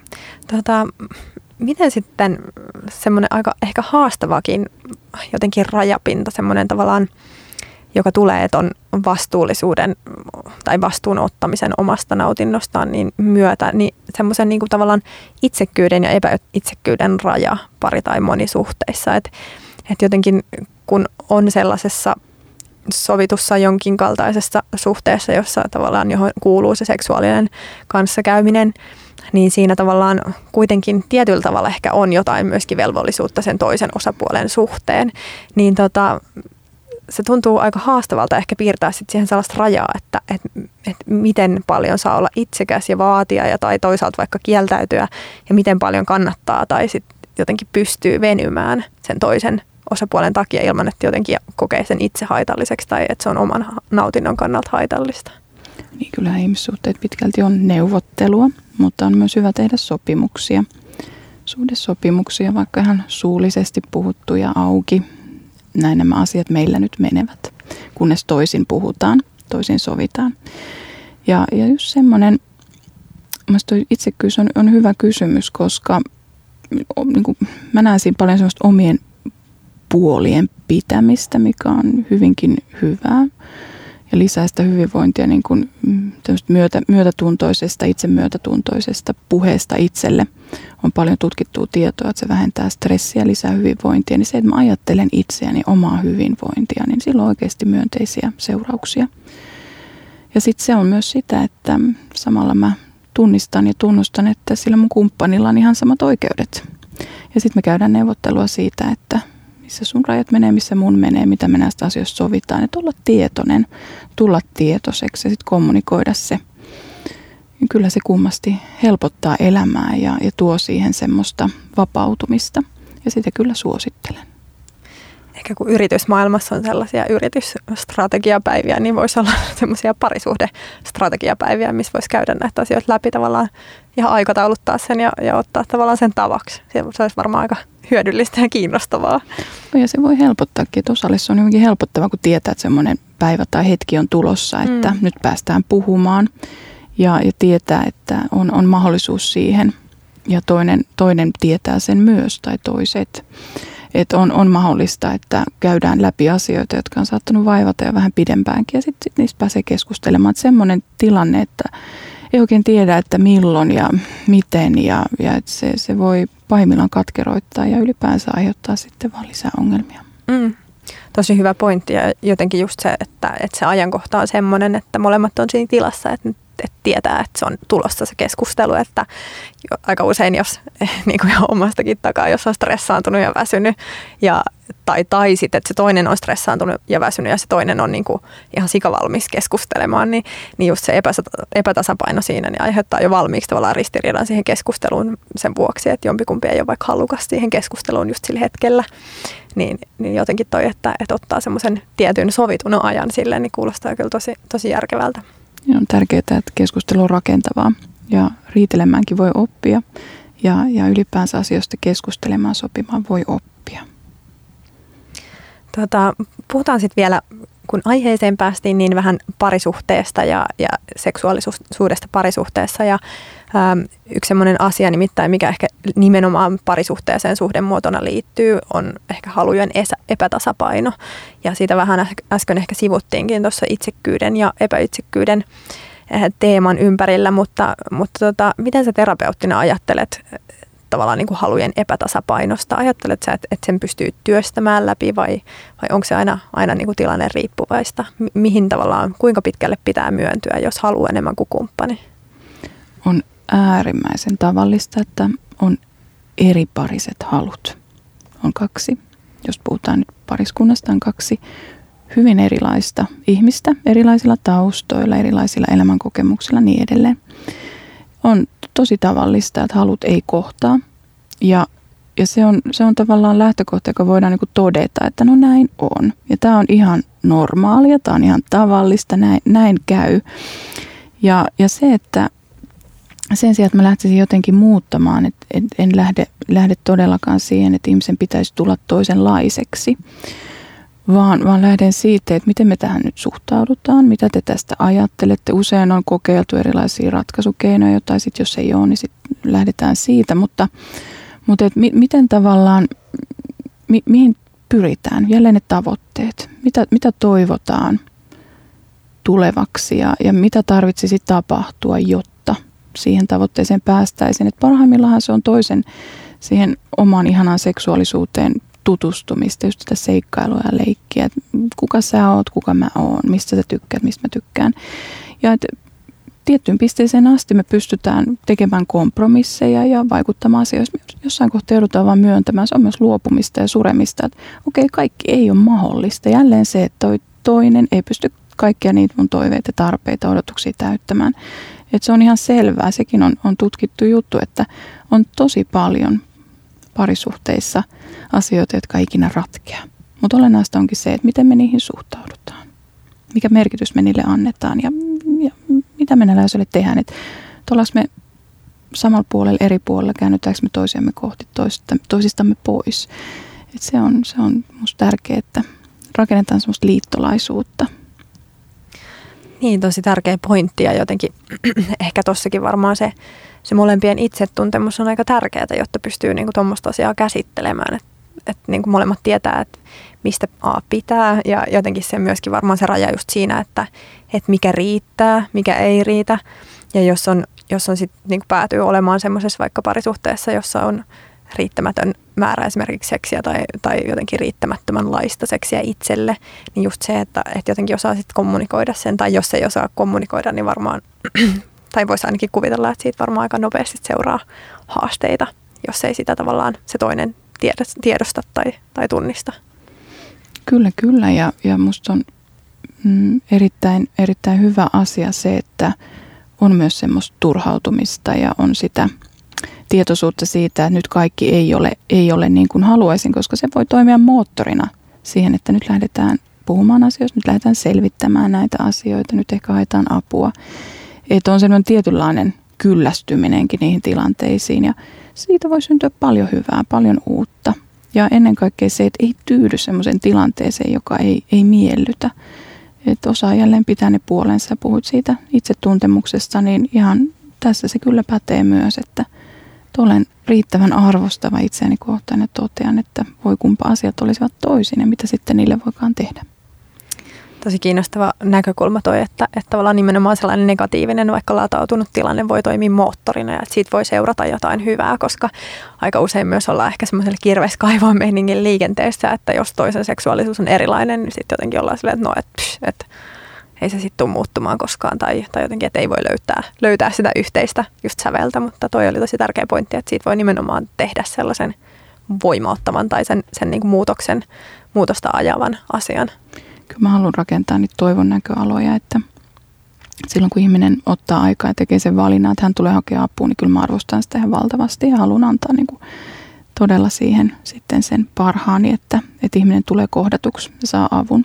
miten sitten semmoinen aika ehkä haastavakin jotenkin rajapinta, semmoinen tavallaan, joka tulee, että on vastuullisuuden tai vastuun ottamisen omasta nautinnostaan niin myötä, niin semmoisen niin kuin tavallaan itsekkyyden ja epäitsekkyyden raja pari- tai monisuhteissa. Että jotenkin kun on sellaisessa sovitussa jonkin kaltaisessa suhteessa, jossa tavallaan johon kuuluu se seksuaalinen kanssakäyminen, niin siinä tavallaan kuitenkin tietyllä tavalla ehkä on jotain myöskin velvollisuutta sen toisen osapuolen suhteen. Niin se tuntuu aika haastavalta ehkä piirtää sit siihen sellaista rajaa, että miten paljon saa olla itsekäs ja vaatia tai toisaalta vaikka kieltäytyä ja miten paljon kannattaa tai sitten jotenkin pystyy venymään sen toisen osapuolen takia ilman, että jotenkin kokee sen itse haitalliseksi tai että se on oman nautinnon kannalta haitallista. Niin kyllähän ihmissuhteet pitkälti on neuvottelua, mutta on myös hyvä tehdä sopimuksia. Suhdesopimuksia, vaikka ihan suullisesti puhuttuja auki. Näin nämä asiat meillä nyt menevät, kunnes toisin puhutaan, toisin sovitaan. Ja just semmoinen, mielestäni itsekkyys on hyvä kysymys, koska niin kuin, mä näen siinä paljon semmoista omien puolien pitämistä, mikä on hyvinkin hyvää ja lisää sitä hyvinvointia niin kuin myötätuntoisesta, itsemyötätuntoisesta puheesta itselle. On paljon tutkittua tietoa, että se vähentää stressiä, lisää hyvinvointia. Niin se, että mä ajattelen itseäni omaa hyvinvointia, niin sillä on oikeasti myönteisiä seurauksia. Ja sitten se on myös sitä, että samalla mä tunnistan ja tunnustan, että sillä mun kumppanilla on ihan samat oikeudet. Ja sitten me käydään neuvottelua siitä, että missä sun rajat menee, missä mun menee, mitä me näistä asioista sovitaan. Että olla tietoinen, tulla tietoiseksi ja sitten kommunikoida se. Ja kyllä se kummasti helpottaa elämää ja tuo siihen semmoista vapautumista. Ja sitä kyllä suosittelen. Ehkä kun yritysmaailmassa on sellaisia yritysstrategiapäiviä, niin voisi olla semmoisia parisuhdestrategiapäiviä, missä voisi käydä näitä asioita läpi tavallaan ja aikatauluttaa sen ja ottaa tavallaan sen tavaksi. Se olisi varmaan aika hyödyllistä ja kiinnostavaa. Ja se voi helpottaakin, että osalle se on jotenkin helpottavaa, kun tietää, että semmoinen päivä tai hetki on tulossa, että nyt päästään puhumaan ja tietää, että on mahdollisuus siihen ja toinen tietää sen myös tai toiset. Että on mahdollista, että käydään läpi asioita, jotka on saattanut vaivata jo vähän pidempäänkin ja sitten niistä pääsee keskustelemaan. Että semmoinen tilanne, että ei oikein tiedä, että milloin ja miten ja että se voi pahimmillaan katkeroittaa ja ylipäänsä aiheuttaa sitten vaan lisää ongelmia. tosi hyvä pointti ja jotenkin just se, että se ajankohta on semmoinen, että molemmat on siinä tilassa, että tietää, että se on tulossa se keskustelu, että aika usein, jos niin kuin omastakin takaa, jos on stressaantunut ja väsynyt, tai sitten, että se toinen on stressaantunut ja väsynyt ja se toinen on niin kuin ihan sikavalmis keskustelemaan, niin just se epätasapaino siinä niin aiheuttaa jo valmiiksi tavallaan ristiriidan siihen keskusteluun sen vuoksi, että jompikumpi ei ole vaikka halukas siihen keskusteluun just sillä hetkellä. Niin jotenkin toi, että ottaa semmoisen tietyn sovitun ajan silleen, niin kuulostaa kyllä tosi järkevältä. Ja on tärkeää, että keskustelu on rakentavaa ja riitelemäänkin voi oppia ja ylipäänsä asioista keskustelemaan, sopimaan voi oppia. Puhutaan sitten vielä, kun aiheeseen päästiin, niin vähän parisuhteesta ja seksuaalisuudesta parisuhteessa. Ja yksi semmoinen asia nimittäin, mikä ehkä nimenomaan parisuhteeseen suhdemuotona liittyy, on ehkä halujen epätasapaino. Ja siitä vähän äsken ehkä sivuttiinkin tuossa itsekkyyden ja epäitsekkyyden teeman ympärillä, mutta miten sä terapeuttina ajattelet tavallaan niin kuin halujen epätasapainosta? Ajattelet sä, että sen pystyy työstämään läpi vai onko se aina niin kuin tilanne riippuvaista? Mihin tavallaan, kuinka pitkälle pitää myöntyä, jos haluaa enemmän kuin kumppani? On äärimmäisen tavallista, että on eripariset halut. On kaksi, jos puhutaan nyt pariskunnasta, on kaksi hyvin erilaista ihmistä, erilaisilla taustoilla, erilaisilla elämänkokemuksilla ja niin edelleen. On tosi tavallista, että halut ei kohtaa ja se on tavallaan lähtökohta, joka voidaan niin kuin todeta, että no näin on. Ja tämä on ihan normaalia, tämä on ihan tavallista, näin käy. Ja se, että sen sijaan, että mä lähtisin jotenkin muuttamaan, että en lähde todellakaan siihen, että ihmisen pitäisi tulla toisenlaiseksi, vaan lähden siitä, että miten me tähän nyt suhtaudutaan, mitä te tästä ajattelette. Usein on kokeiltu erilaisia ratkaisukeinoja, tai sitten jos ei ole, niin sitten lähdetään siitä. Mutta miten tavallaan, mihin pyritään? Jälleen ne tavoitteet. Mitä toivotaan tulevaksi ja mitä tarvitsisi tapahtua, jotta siihen tavoitteeseen päästäisiin. Et parhaimmillaan se on toisen siihen omaan ihanaan seksuaalisuuteen tutustumista, just sitä seikkailua ja leikkiä, että kuka sä oot, kuka mä oon, mistä sä tykkäät, mistä mä tykkään. Ja että tiettyyn pisteeseen asti me pystytään tekemään kompromisseja ja vaikuttamaan asioihin. Jossain kohtaa joudutaan vaan myöntämään, se on myös luopumista ja suremista, että okei, kaikki ei ole mahdollista. Jälleen se, että toinen ei pysty kaikkia niitä mun toiveita, tarpeita, odotuksia täyttämään. Että se on ihan selvää, sekin on tutkittu juttu, että on tosi paljon parisuhteissa asioita, jotka ei ikinä ratkea. Mutta olennaista onkin se, että miten me niihin suhtaudutaan. Mikä merkitys me niille annetaan ja mitä me näillä asioille tehdään. Että ollaanko me samalla puolella, eri puolella, käännytäänkö me toisiamme kohti toisistamme pois. Että se on musta tärkeää, että rakennetaan semmoista liittolaisuutta. Niin, tosi tärkeä pointti ja jotenkin ehkä tossakin varmaan se molempien itsetuntemus on aika tärkeää, jotta pystyy niinku tuommoista asiaa käsittelemään. Että niinku molemmat tietää, että mistä pitää ja jotenkin se myöskin varmaan se raja just siinä, että mikä riittää, mikä ei riitä. Ja jos on sitten niinku päätyy olemaan semmoisessa vaikka parisuhteessa, jossa on riittämätön määrä esimerkiksi seksiä tai jotenkin riittämättömänlaista seksiä itselle, niin just se, että jotenkin osaa sitten kommunikoida sen, tai jos ei osaa kommunikoida, niin varmaan, tai voisi ainakin kuvitella, että siitä varmaan aika nopeasti seuraa haasteita, jos ei sitä tavallaan se toinen tiedosta tai tunnista. Kyllä, ja musta on erittäin hyvä asia se, että on myös semmoista turhautumista ja on sitä tietoisuutta siitä, että nyt kaikki ei ole niin kuin haluaisin, koska se voi toimia moottorina siihen, että nyt lähdetään puhumaan asioista, nyt lähdetään selvittämään näitä asioita, nyt ehkä haetaan apua. Että on sellainen tietynlainen kyllästyminenkin niihin tilanteisiin ja siitä voi syntyä paljon hyvää, paljon uutta. Ja ennen kaikkea se, että ei tyydy semmoiseen tilanteeseen, joka ei miellytä. Että osaa jälleen pitää ne puolensa. Puhut siitä itsetuntemuksesta, niin ihan tässä se kyllä pätee myös, että olen riittävän arvostava itseäni kohtaan ja totean, että voi kumpa asiat olisivat toisin ja mitä sitten niille voikaan tehdä. tosi kiinnostava näkökulma toi, että tavallaan nimenomaan sellainen negatiivinen, vaikka latautunut tilanne voi toimia moottorina ja että siitä voi seurata jotain hyvää, koska aika usein myös ollaan ehkä semmoisella kirveskaivoon meiningin liikenteessä, että jos toisen seksuaalisuus on erilainen, niin sitten jotenkin ollaan silleen, että ei se sitten tule muuttumaan koskaan tai jotenkin, että ei voi löytää sitä yhteistä just säveltä, mutta toi oli tosi tärkeä pointti, että siitä voi nimenomaan tehdä sellaisen voimauttavan tai sen niin kuin muutosta ajavan asian. Kyllä mä haluan rakentaa nyt toivon näköaloja, että silloin kun ihminen ottaa aikaa ja tekee sen valinnan, että hän tulee hakea apua, niin kyllä mä arvostan sitä ihan valtavasti ja haluan antaa niin kuin todella siihen sitten sen parhaani, että ihminen tulee kohdatuksi ja saa avun.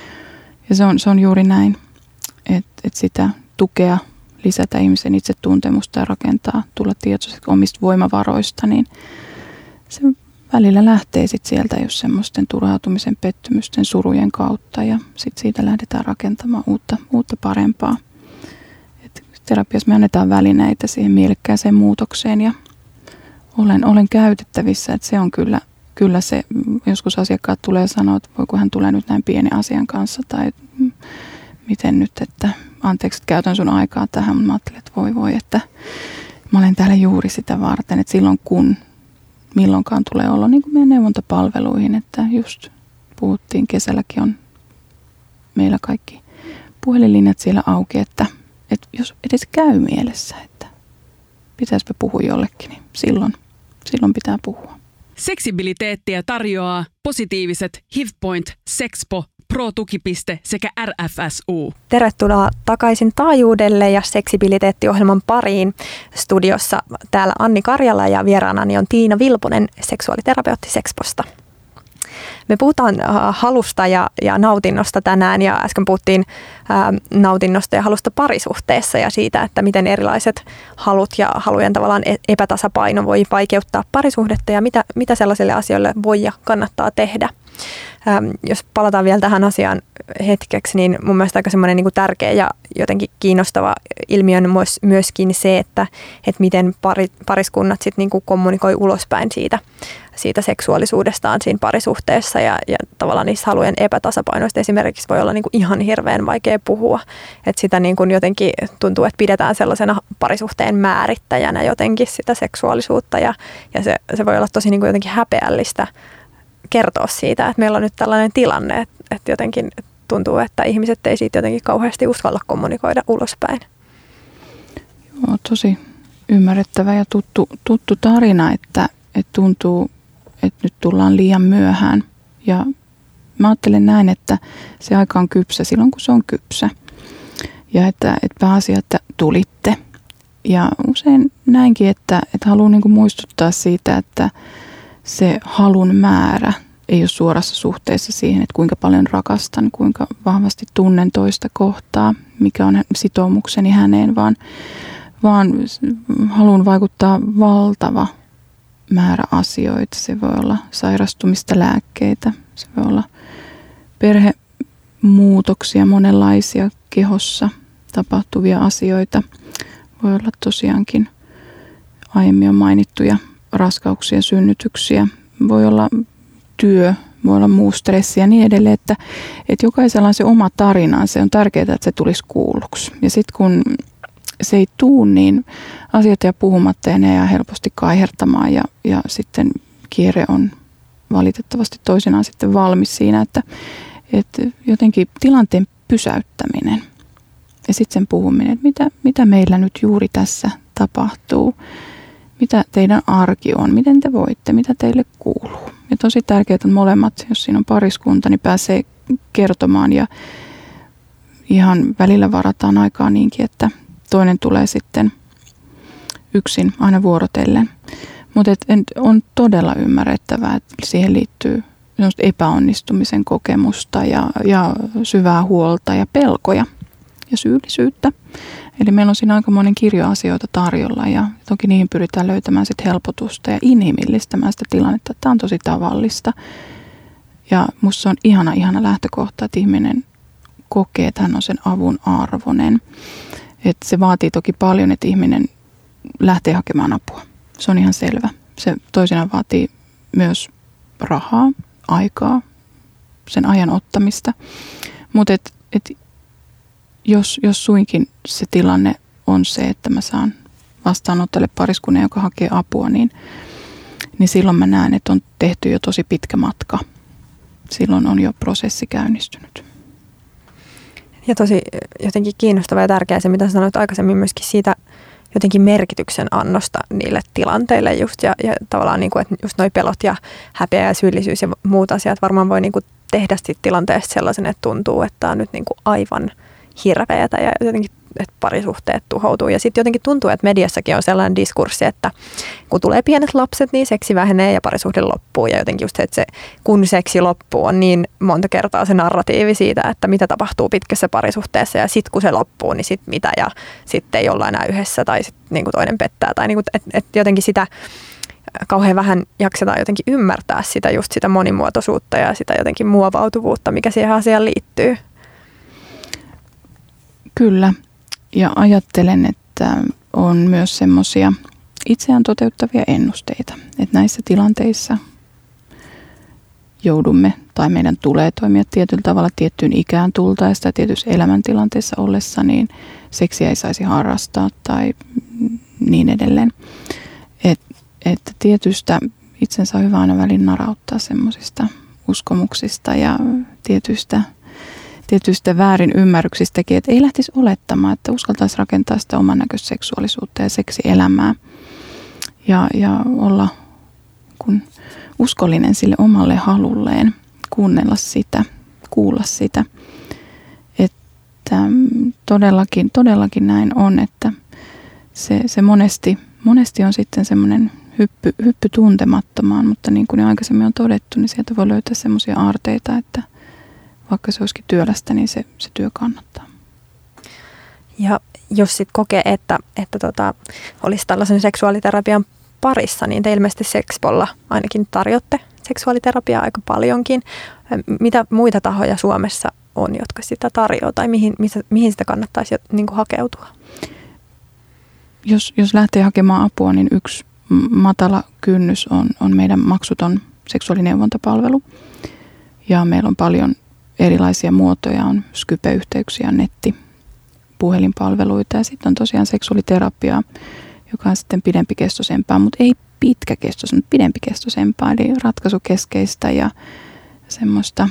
Ja se on juuri näin, että sitä tukea, lisätä ihmisen itsetuntemusta ja rakentaa, tulla tietoiseksi omista voimavaroista, niin se välillä lähtee sitten sieltä just semmoisten turhautumisen, pettymysten, surujen kautta ja sitten siitä lähdetään rakentamaan uutta parempaa. Et terapiassa me annetaan välineitä siihen mielekkääseen muutokseen ja olen käytettävissä, että se on kyllä se, joskus asiakkaat tulee sanoa, että voiko hän tulee nyt näin pienen asian kanssa tai miten nyt, että anteeksi, että käytän sun aikaa tähän, mutta mä ajattelin, että voi, että mä olen täällä juuri sitä varten, että silloin kun milloinkaan tulee olla niin kuin meidän neuvontapalveluihin, että just puhuttiin, kesälläkin on meillä kaikki puhelinlinjat siellä auki, että jos edes käy mielessä, että pitäisipä puhua jollekin, niin silloin pitää puhua. Seksibiliteettiä tarjoaa positiiviset HIVPoint, Sexpo, Pro-tukipiste sekä RFSU. Tervetuloa takaisin taajuudelle ja seksibiliteettiohjelman pariin. Studiossa täällä Anni Karjala ja vieraanani on Tiina Vilpunen, seksuaaliterapeutti Sexposta. Me puhutaan halusta ja nautinnosta tänään ja äsken puhuttiin nautinnosta ja halusta parisuhteessa ja siitä, että miten erilaiset halut ja halujen tavallaan epätasapaino voi vaikeuttaa parisuhdetta ja mitä sellaisille asioille voi ja kannattaa tehdä. Jos palataan vielä tähän asiaan hetkeksi, niin mun mielestä aika semmoinen niin kuin tärkeä ja jotenkin kiinnostava ilmiö on myöskin se, että miten pariskunnat sit niin kuin kommunikoi ulospäin siitä seksuaalisuudestaan siinä parisuhteessa ja tavallaan niistä halujen epätasapainoista esimerkiksi voi olla niin kuin ihan hirveän vaikea puhua. Että sitä niin kuin jotenkin tuntuu, että pidetään sellaisena parisuhteen määrittäjänä jotenkin sitä seksuaalisuutta ja se voi olla tosi niin kuin jotenkin häpeällistä kertoa siitä, että meillä on nyt tällainen tilanne, että jotenkin tuntuu, että ihmiset ei siitä jotenkin kauheasti uskalla kommunikoida ulospäin. Joo, tosi ymmärrettävä ja tuttu tarina, että tuntuu, että nyt tullaan liian myöhään. Ja mä ajattelen näin, että se aika on kypsä silloin, kun se on kypsä. Ja että pääasia, että tulitte. Ja usein näinkin, että haluan niin kuin muistuttaa siitä, että se halun määrä ei ole suorassa suhteessa siihen, että kuinka paljon rakastan, kuinka vahvasti tunnen toista kohtaa, mikä on sitoumukseni häneen, vaan haluan vaikuttaa valtava määrä asioita. Se voi olla sairastumista, lääkkeitä, se voi olla perhemuutoksia, monenlaisia kehossa tapahtuvia asioita. Voi olla tosiaankin aiemmin on mainittuja raskauksia, synnytyksiä, voi olla työ, voi olla muu stressi ja niin edelleen, että jokaisella on se oma tarinaan, se on tärkeää, että se tulisi kuulluksi. Ja sitten kun se ei tule, niin asiat jää puhumatta ja ne jää helposti kaihertamaan ja sitten kierre on valitettavasti toisinaan sitten valmis siinä, että jotenkin tilanteen pysäyttäminen ja sitten sen puhuminen, että mitä meillä nyt juuri tässä tapahtuu. Mitä teidän arki on, miten te voitte, mitä teille kuuluu. Ja tosi tärkeää on molemmat, jos siinä on pariskunta, niin pääsee kertomaan ja ihan välillä varataan aikaa niinkin, että toinen tulee sitten yksin aina vuorotellen. Mutta on todella ymmärrettävää, että siihen liittyy epäonnistumisen kokemusta ja syvää huolta ja pelkoja ja syyllisyyttä. Eli meillä on siinä aikamoinen kirjo asioita tarjolla ja toki niihin pyritään löytämään sit helpotusta ja inhimillistämään sitä tilannetta. Tämä on tosi tavallista ja musta se on ihana lähtökohta, että ihminen kokee, että hän on sen avun arvoinen. Että se vaatii toki paljon, että ihminen lähtee hakemaan apua. Se on ihan selvä. Se toisinaan vaatii myös rahaa, aikaa, sen ajan ottamista. Mutta jos suinkin se tilanne on se, että mä saan vastaanottajalle pariskunnan, joka hakee apua, niin silloin mä näen, että on tehty jo tosi pitkä matka. Silloin on jo prosessi käynnistynyt. Ja tosi jotenkin kiinnostava ja tärkeä se, mitä sanoit aikaisemmin myöskin siitä jotenkin merkityksen annosta niille tilanteille just ja tavallaan niin kuin, että just noi pelot ja häpeä ja syyllisyys ja muut asiat varmaan voi niin kuin tehdä siitä tilanteesta sellaisen, että tuntuu, että on nyt niin kuin aivan hirveätä ja jotenkin, että parisuhteet tuhoutuu. Ja sitten jotenkin tuntuu, että mediassakin on sellainen diskurssi, että kun tulee pienet lapset, niin seksi vähenee ja parisuhde loppuu. Ja jotenkin just se, että kun seksi loppuu, on niin monta kertaa se narratiivi siitä, että mitä tapahtuu pitkässä parisuhteessa. Ja sitten kun se loppuu, niin sitten mitä ja sitten ei olla enää yhdessä tai sitten niin kuin toinen pettää. Tai niin kuin, että jotenkin sitä kauhean vähän jaksetaan jotenkin ymmärtää sitä just sitä monimuotoisuutta ja sitä jotenkin muovautuvuutta, mikä siihen asiaan liittyy. Kyllä. Ja ajattelen, että on myös semmoisia itseään toteuttavia ennusteita, että näissä tilanteissa joudumme tai meidän tulee toimia tietyllä tavalla tiettyyn ikään tultaessa tai tietyissä elämäntilanteessa ollessa, niin seksiä ei saisi harrastaa tai niin edelleen. Että tietystä itsensä on hyvä aina välin narauttaa semmoisista uskomuksista ja tietystä väärin ymmärryksistäkin, että ei lähtisi olettamaan, että uskaltaisi rakentaa sitä oman näköistä seksuaalisuutta ja seksielämää ja olla kun uskollinen sille omalle halulleen, kuunnella sitä, kuulla sitä. Että todellakin näin on, että se monesti on sitten semmoinen hyppy tuntemattomaan, mutta niin kuin aikaisemmin on todettu, niin sieltä voi löytää semmoisia aarteita, että vaikka se olisikin työlästä, niin se työ kannattaa. Ja jos sitten kokee, että olisi tällaisen seksuaaliterapian parissa, niin te ilmeisesti Sexpolla ainakin tarjotte seksuaaliterapiaa aika paljonkin. Mitä muita tahoja Suomessa on, jotka sitä tarjoaa, tai mihin sitä kannattaisi niin kuin hakeutua? Jos lähtee hakemaan apua, niin yksi matala kynnys on meidän maksuton seksuaalineuvontapalvelu. Ja meillä on paljon erilaisia muotoja, on Skype-yhteyksiä, puhelinpalveluita ja sitten on tosiaan seksuaaliterapiaa, joka on sitten pidempikestoisempaa, mutta ei pitkäkestoisempaa, mutta pidempikestoisempaa, eli ratkaisukeskeistä ja semmoista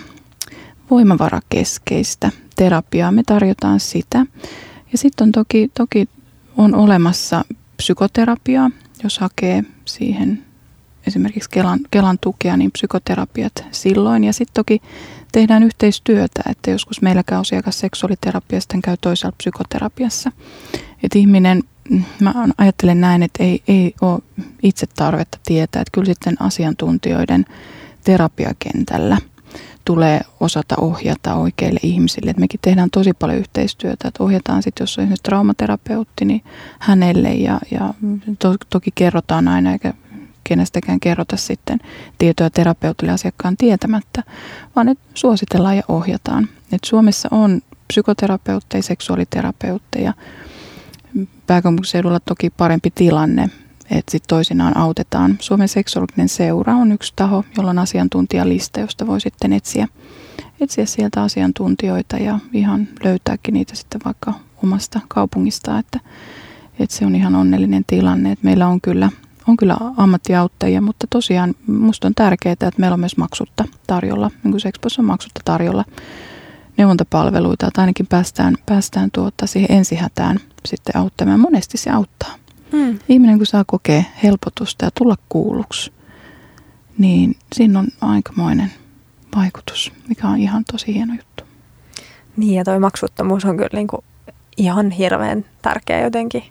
voimavarakeskeistä terapiaa. Me tarjotaan sitä. Ja sitten on toki on olemassa psykoterapiaa, jos hakee siihen esimerkiksi Kelan tukea, niin psykoterapiat silloin. Ja sitten toki tehdään yhteistyötä, että joskus meillä käy asiakas seksuaaliterapiasta, käy toisaalta psykoterapiassa. Että ihminen, mä ajattelen näin, että ei ole itse tarvetta tietää, että kyllä sitten asiantuntijoiden terapiakentällä tulee osata ohjata oikeille ihmisille. Et mekin tehdään tosi paljon yhteistyötä, että ohjataan sitten, jos on esimerkiksi traumaterapeutti, niin hänelle ja toki kerrotaan aina, eikä kenestäkään kerrota sitten tietoja terapeutille asiakkaan tietämättä, vaan että suositellaan ja ohjataan. Et Suomessa on psykoterapeutteja, seksuaaliterapeutteja, pääkaupunkiseudulla toki parempi tilanne, että sitten toisinaan autetaan. Suomen seksuaalinen seura on yksi taho, jolla on asiantuntijalista, josta voi sitten etsiä sieltä asiantuntijoita ja ihan löytääkin niitä sitten vaikka omasta kaupungista, että se on ihan onnellinen tilanne, että meillä on kyllä ammattiauttajia, mutta tosiaan musta on tärkeää, että meillä on myös maksutta tarjolla, niin kuin Sexpossa on maksutta tarjolla neuvontapalveluita, että ainakin päästään siihen ensihätään sitten auttamaan. Monesti se auttaa. Ihminen kun saa kokea helpotusta ja tulla kuulluksi, niin siinä on aikamoinen vaikutus, mikä on ihan tosi hieno juttu. Niin ja toi maksuttomuus on kyllä niin kuin ihan hirveän tärkeä jotenkin.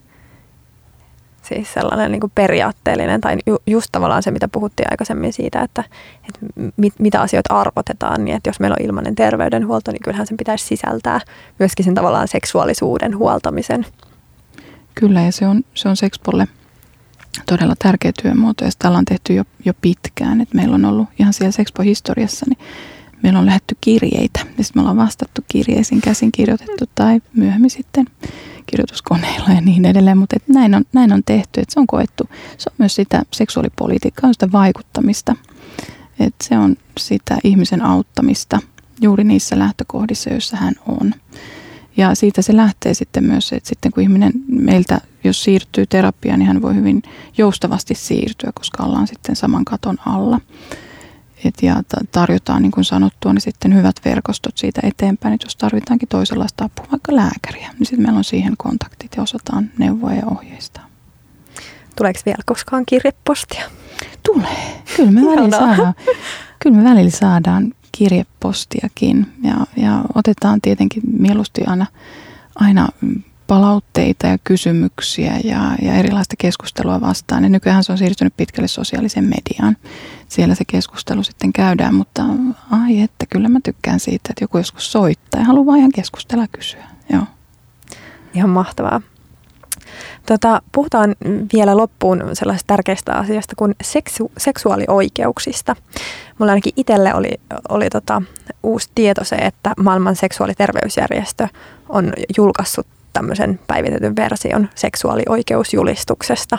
Siis sellainen niin kuin periaatteellinen tai just tavallaan se, mitä puhuttiin aikaisemmin siitä, että mitä asioita arvotetaan, niin että jos meillä on ilmainen terveydenhuolto, niin kyllähän sen pitäisi sisältää myöskin sen tavallaan seksuaalisuuden huoltamisen. Kyllä, ja se on Sexpolle todella tärkeä työmuoto, ja sitä ollaan tehty jo pitkään. Et meillä on ollut ihan siellä Sexpo-historiassa, niin meillä on lähdetty kirjeitä, ja sitten me ollaan vastattu kirjeisiin, käsin kirjoitettu tai myöhemmin sitten kirjoituskoneilla ja niin edelleen, mutta näin on tehty, että se on koettu. Se on myös sitä seksuaalipolitiikkaa, on sitä vaikuttamista, että se on sitä ihmisen auttamista juuri niissä lähtökohdissa, joissa hän on. Ja siitä se lähtee sitten myös, että sitten kun ihminen meiltä, jos siirtyy terapiaan, niin hän voi hyvin joustavasti siirtyä, koska ollaan sitten saman katon alla. Ja tarjotaan, niin kuin sanottua, niin sitten hyvät verkostot siitä eteenpäin, että jos tarvitaankin toisenlaista apua, vaikka lääkäriä, niin sitten meillä on siihen kontaktit ja osataan neuvoa ja ohjeistaa. Tuleeko vielä koskaan kirjepostia? Tulee. Kyllä me välillä saadaan kirjepostiakin ja otetaan tietenkin mieluusti aina palautteita ja kysymyksiä ja erilaista keskustelua vastaan. Ja nykyään se on siirtynyt pitkälle sosiaaliseen mediaan. Siellä se keskustelu sitten käydään, mutta että kyllä mä tykkään siitä, että joku joskus soittaa ja haluaa ihan keskustella ja kysyä. Joo. Ihan mahtavaa. Puhutaan vielä loppuun sellaisesta tärkeästä asiasta kuin seksuaalioikeuksista. Mulla ainakin itselle oli uusi tieto se, että maailman seksuaaliterveysjärjestö on julkaissut tämmöisen päivitetyn version seksuaalioikeusjulistuksesta.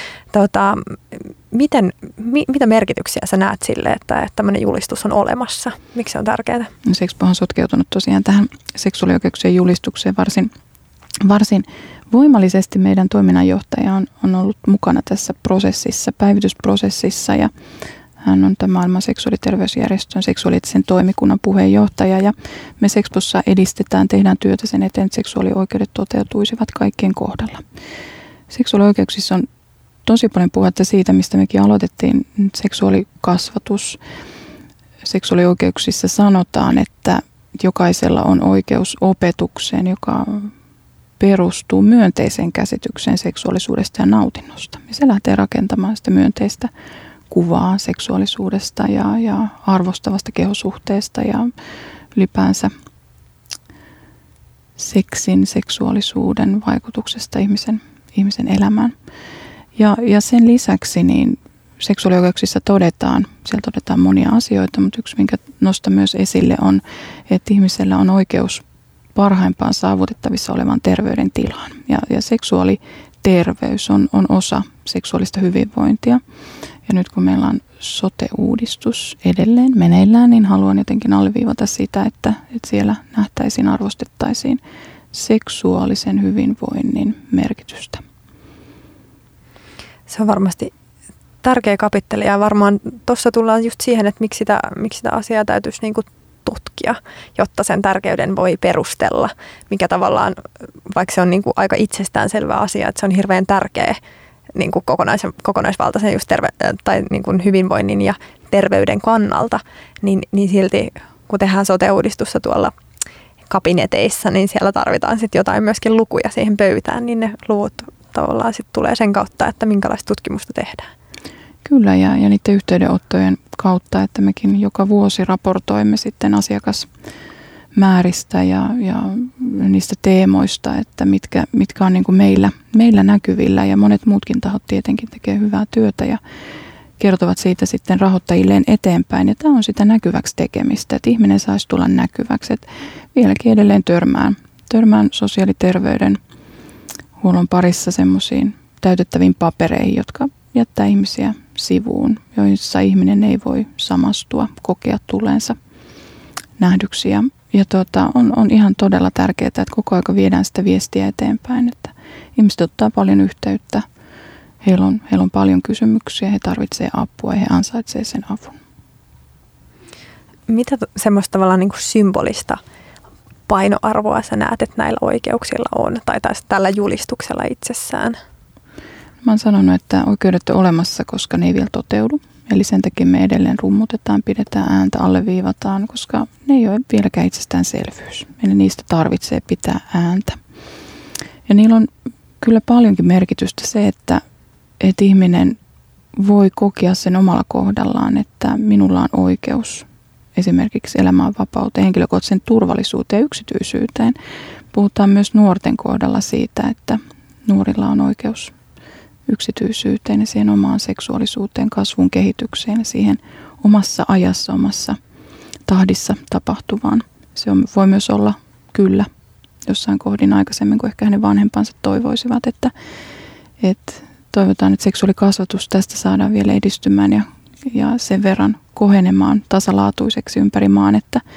Mitä merkityksiä sä näet sille, että tämmöinen julistus on olemassa? Miksi se on tärkeää? Sexpo on sotkeutunut tosiaan tähän seksuaalioikeuksien julistukseen varsin voimallisesti. Meidän toiminnanjohtaja on ollut mukana tässä prosessissa, päivitysprosessissa, ja hän on tämän maailman seksuaaliterveysjärjestön seksuaalieettisen toimikunnan puheenjohtaja, ja me Sexpossa tehdään työtä sen eteen, että seksuaalioikeudet toteutuisivat kaikkien kohdalla. Seksuaalioikeuksissa on tosi paljon puhetta siitä, mistä mekin aloitettiin, seksuaalikasvatus. Seksuaalioikeuksissa sanotaan, että jokaisella on oikeus opetukseen, joka perustuu myönteiseen käsitykseen seksuaalisuudesta ja nautinnosta. Ja se lähtee rakentamaan sitä myönteistä kuvaa seksuaalisuudesta ja arvostavasta kehosuhteesta ja ylipäänsä seksuaalisuuden vaikutuksesta ihmisen elämään. Ja sen lisäksi niin seksuaalioikeuksissa todetaan monia asioita, mutta yksi, minkä nostan myös esille, on, että ihmisellä on oikeus parhaimpaan saavutettavissa olevan terveydentilaan. Ja seksuaaliterveys on osa seksuaalista hyvinvointia. Ja nyt kun meillä on sote-uudistus edelleen meneillään, niin haluan jotenkin alleviivata sitä, että siellä nähtäisiin, arvostettaisiin seksuaalisen hyvinvoinnin merkitystä. Se on varmasti tärkeä kapitteli ja varmaan tuossa tullaan just siihen, että miksi sitä asiaa täytyisi niinku tutkia, jotta sen tärkeyden voi perustella, mikä tavallaan, vaikka se on niinku aika itsestäänselvä asia, että se on hirveän tärkeä niinku kokonaisvaltaisen just tai niinku hyvinvoinnin ja terveyden kannalta, niin silti kun tehdään sote-uudistusta tuolla kabineteissa, niin siellä tarvitaan sitten jotain myöskin lukuja siihen pöytään, niin ne luvut tavallaan sitten tulee sen kautta, että minkälaista tutkimusta tehdään. Kyllä, ja niiden yhteydenottojen kautta, että mekin joka vuosi raportoimme sitten asiakasmääristä ja niistä teemoista, että mitkä on niin kuin meillä näkyvillä, ja monet muutkin tahot tietenkin tekee hyvää työtä ja kertovat siitä sitten rahoittajilleen eteenpäin. Ja tämä on sitä näkyväksi tekemistä, että ihminen saisi tulla näkyväksi. Että vieläkin edelleen törmään sosiaaliterveydenhuollon parissa semmoisiin täytettäviin papereihin, jotka jättää ihmisiä sivuun, joissa ihminen ei voi samastua, kokea tulleensa nähdyksi. Ja on ihan todella tärkeää, että koko ajan viedään sitä viestiä eteenpäin, että ihmiset ottaa paljon yhteyttä, heillä on paljon kysymyksiä, he tarvitsevat apua ja he ansaitsevat sen avun. Mitä semmoista tavallaan niin kuin symbolista painoarvoa sä näet, että näillä oikeuksilla on, tai tällä julistuksella itsessään? Mä oon sanonut, että oikeudet on olemassa, koska ne ei vielä toteudu. Eli sen takia me edelleen rummutetaan, pidetään ääntä, alleviivataan, koska ne ei ole vieläkään itsestäänselvyys. Eli niistä tarvitsee pitää ääntä. Ja niillä on kyllä paljonkin merkitystä se, että ihminen voi kokea sen omalla kohdallaan, että minulla on oikeus esimerkiksi elämään vapauteen, henkilökohtaisen turvallisuuteen ja yksityisyyteen. Puhutaan myös nuorten kohdalla siitä, että nuorilla on oikeus yksityisyyteen ja siihen omaan seksuaalisuuteen, kasvun kehitykseen ja siihen omassa ajassa, omassa tahdissa tapahtuvaan. Voi myös olla kyllä jossain kohdin aikaisemmin, kuin ehkä hänen vanhempansa toivoisivat, että toivotaan, että seksuaalikasvatus tästä saadaan vielä edistymään ja sen verran kohenemaan tasalaatuiseksi ympäri maan, että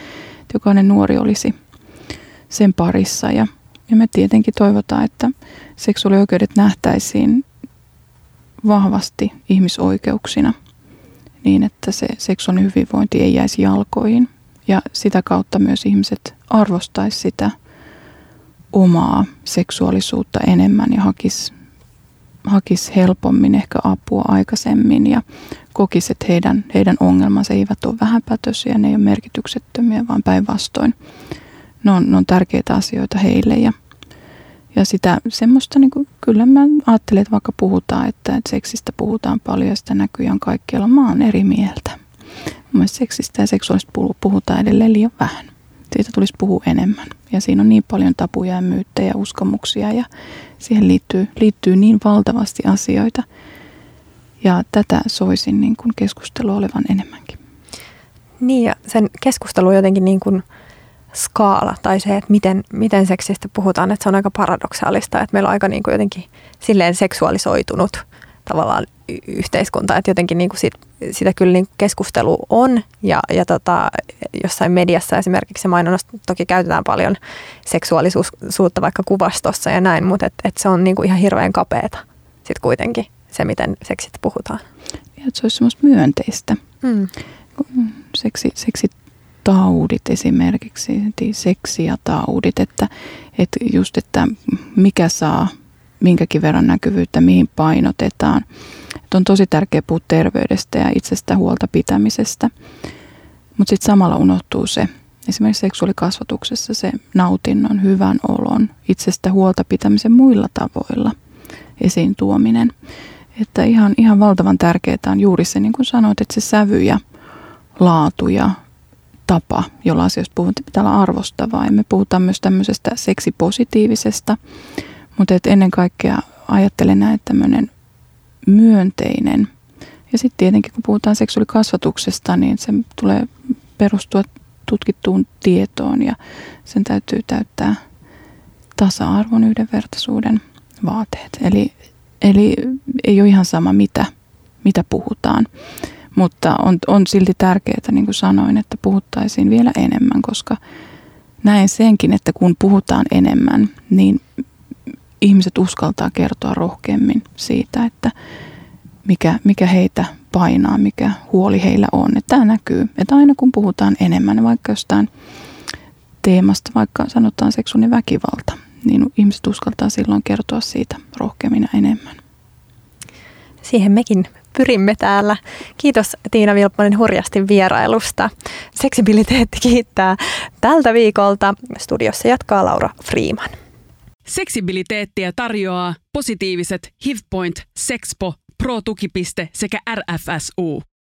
jokainen nuori olisi sen parissa. Ja me tietenkin toivotaan, että seksuaalioikeudet nähtäisiin vahvasti ihmisoikeuksina niin, että se seksuaalinen hyvinvointi ei jäisi jalkoihin. Ja sitä kautta myös ihmiset arvostaisi sitä omaa seksuaalisuutta enemmän ja hakisi helpommin ehkä apua aikaisemmin ja kokisi, että heidän ongelmansa eivät ole vähäpätöisiä, ne ei ole merkityksettömiä, vaan päinvastoin. Ne on tärkeitä asioita heille ja sitä semmoista, niin kuin, kyllä mä ajattelen, että vaikka puhutaan, että seksistä puhutaan paljon ja sitä näkyy ihan kaikkialla, mä oon eri mieltä. Mun mielestä seksistä ja seksuaalista puhutaan edelleen liian vähän. Siitä tulisi puhua enemmän. Ja siinä on niin paljon tabuja ja myyttejä ja uskomuksia ja siihen liittyy niin valtavasti asioita. Ja tätä soisin niin kuin keskustelua olevan enemmänkin. Niin ja sen keskustelu jotenkin niin kuin skaala tai se, että miten seksistä puhutaan, että se on aika paradoksaalista, että meillä on aika niin kuin jotenkin silleen seksuaalisoitunut tavallaan yhteiskunta, että jotenkin niin kuin sitä kyllä niin kuin keskustelu on ja jossain mediassa esimerkiksi se mainonnassa toki käytetään paljon seksuaalisuutta vaikka kuvastossa ja näin, mutta et se on niin kuin ihan hirveän kapeata sitten kuitenkin se, miten seksistä puhutaan. Ja että se olisi semmoista myönteistä. Seksitaudit esimerkiksi, seksi ja taudit, että mikä saa minkäkin verran näkyvyyttä, mihin painotetaan. Että on tosi tärkeää puhua terveydestä ja itsestä huolta pitämisestä. Mutta sitten samalla unohtuu se, esimerkiksi seksuaalikasvatuksessa se nautinnon, hyvän olon, itsestä huolta pitämisen muilla tavoilla esiin tuominen. Että ihan valtavan tärkeää on juuri se, niin kuin sanoit, että se sävy ja laatu ja tapa, jolla asioista puhutaan, pitää olla arvostavaa. Ja me puhutaan myös tämmöisestä seksipositiivisesta, mutta ennen kaikkea ajattelen näin, että tämmöinen myönteinen. Ja sitten tietenkin, kun puhutaan seksuaalikasvatuksesta, niin se tulee perustua tutkittuun tietoon ja sen täytyy täyttää tasa-arvon, yhdenvertaisuuden vaateet. Eli ei ole ihan sama, mitä puhutaan. Mutta on silti tärkeää, niin kuin sanoin, että puhuttaisiin vielä enemmän, koska näen senkin, että kun puhutaan enemmän, niin ihmiset uskaltaa kertoa rohkeammin siitä, että mikä heitä painaa, mikä huoli heillä on. Että tämä näkyy, että aina kun puhutaan enemmän, vaikka jostain teemasta, vaikka sanotaan seksuaalinen väkivalta, niin ihmiset uskaltaa silloin kertoa siitä rohkeammin ja enemmän. Siihen mekin pyrimme täällä. Kiitos Tiina Vilpponen hurjasti vierailusta. Seksibiliteetti kiittää tältä viikolta. Studiossa jatkaa Laura Freeman. Seksibiliteettiä tarjoaa positiiviset HIVPoint, Sexpo, Pro-tukipiste sekä RFSU.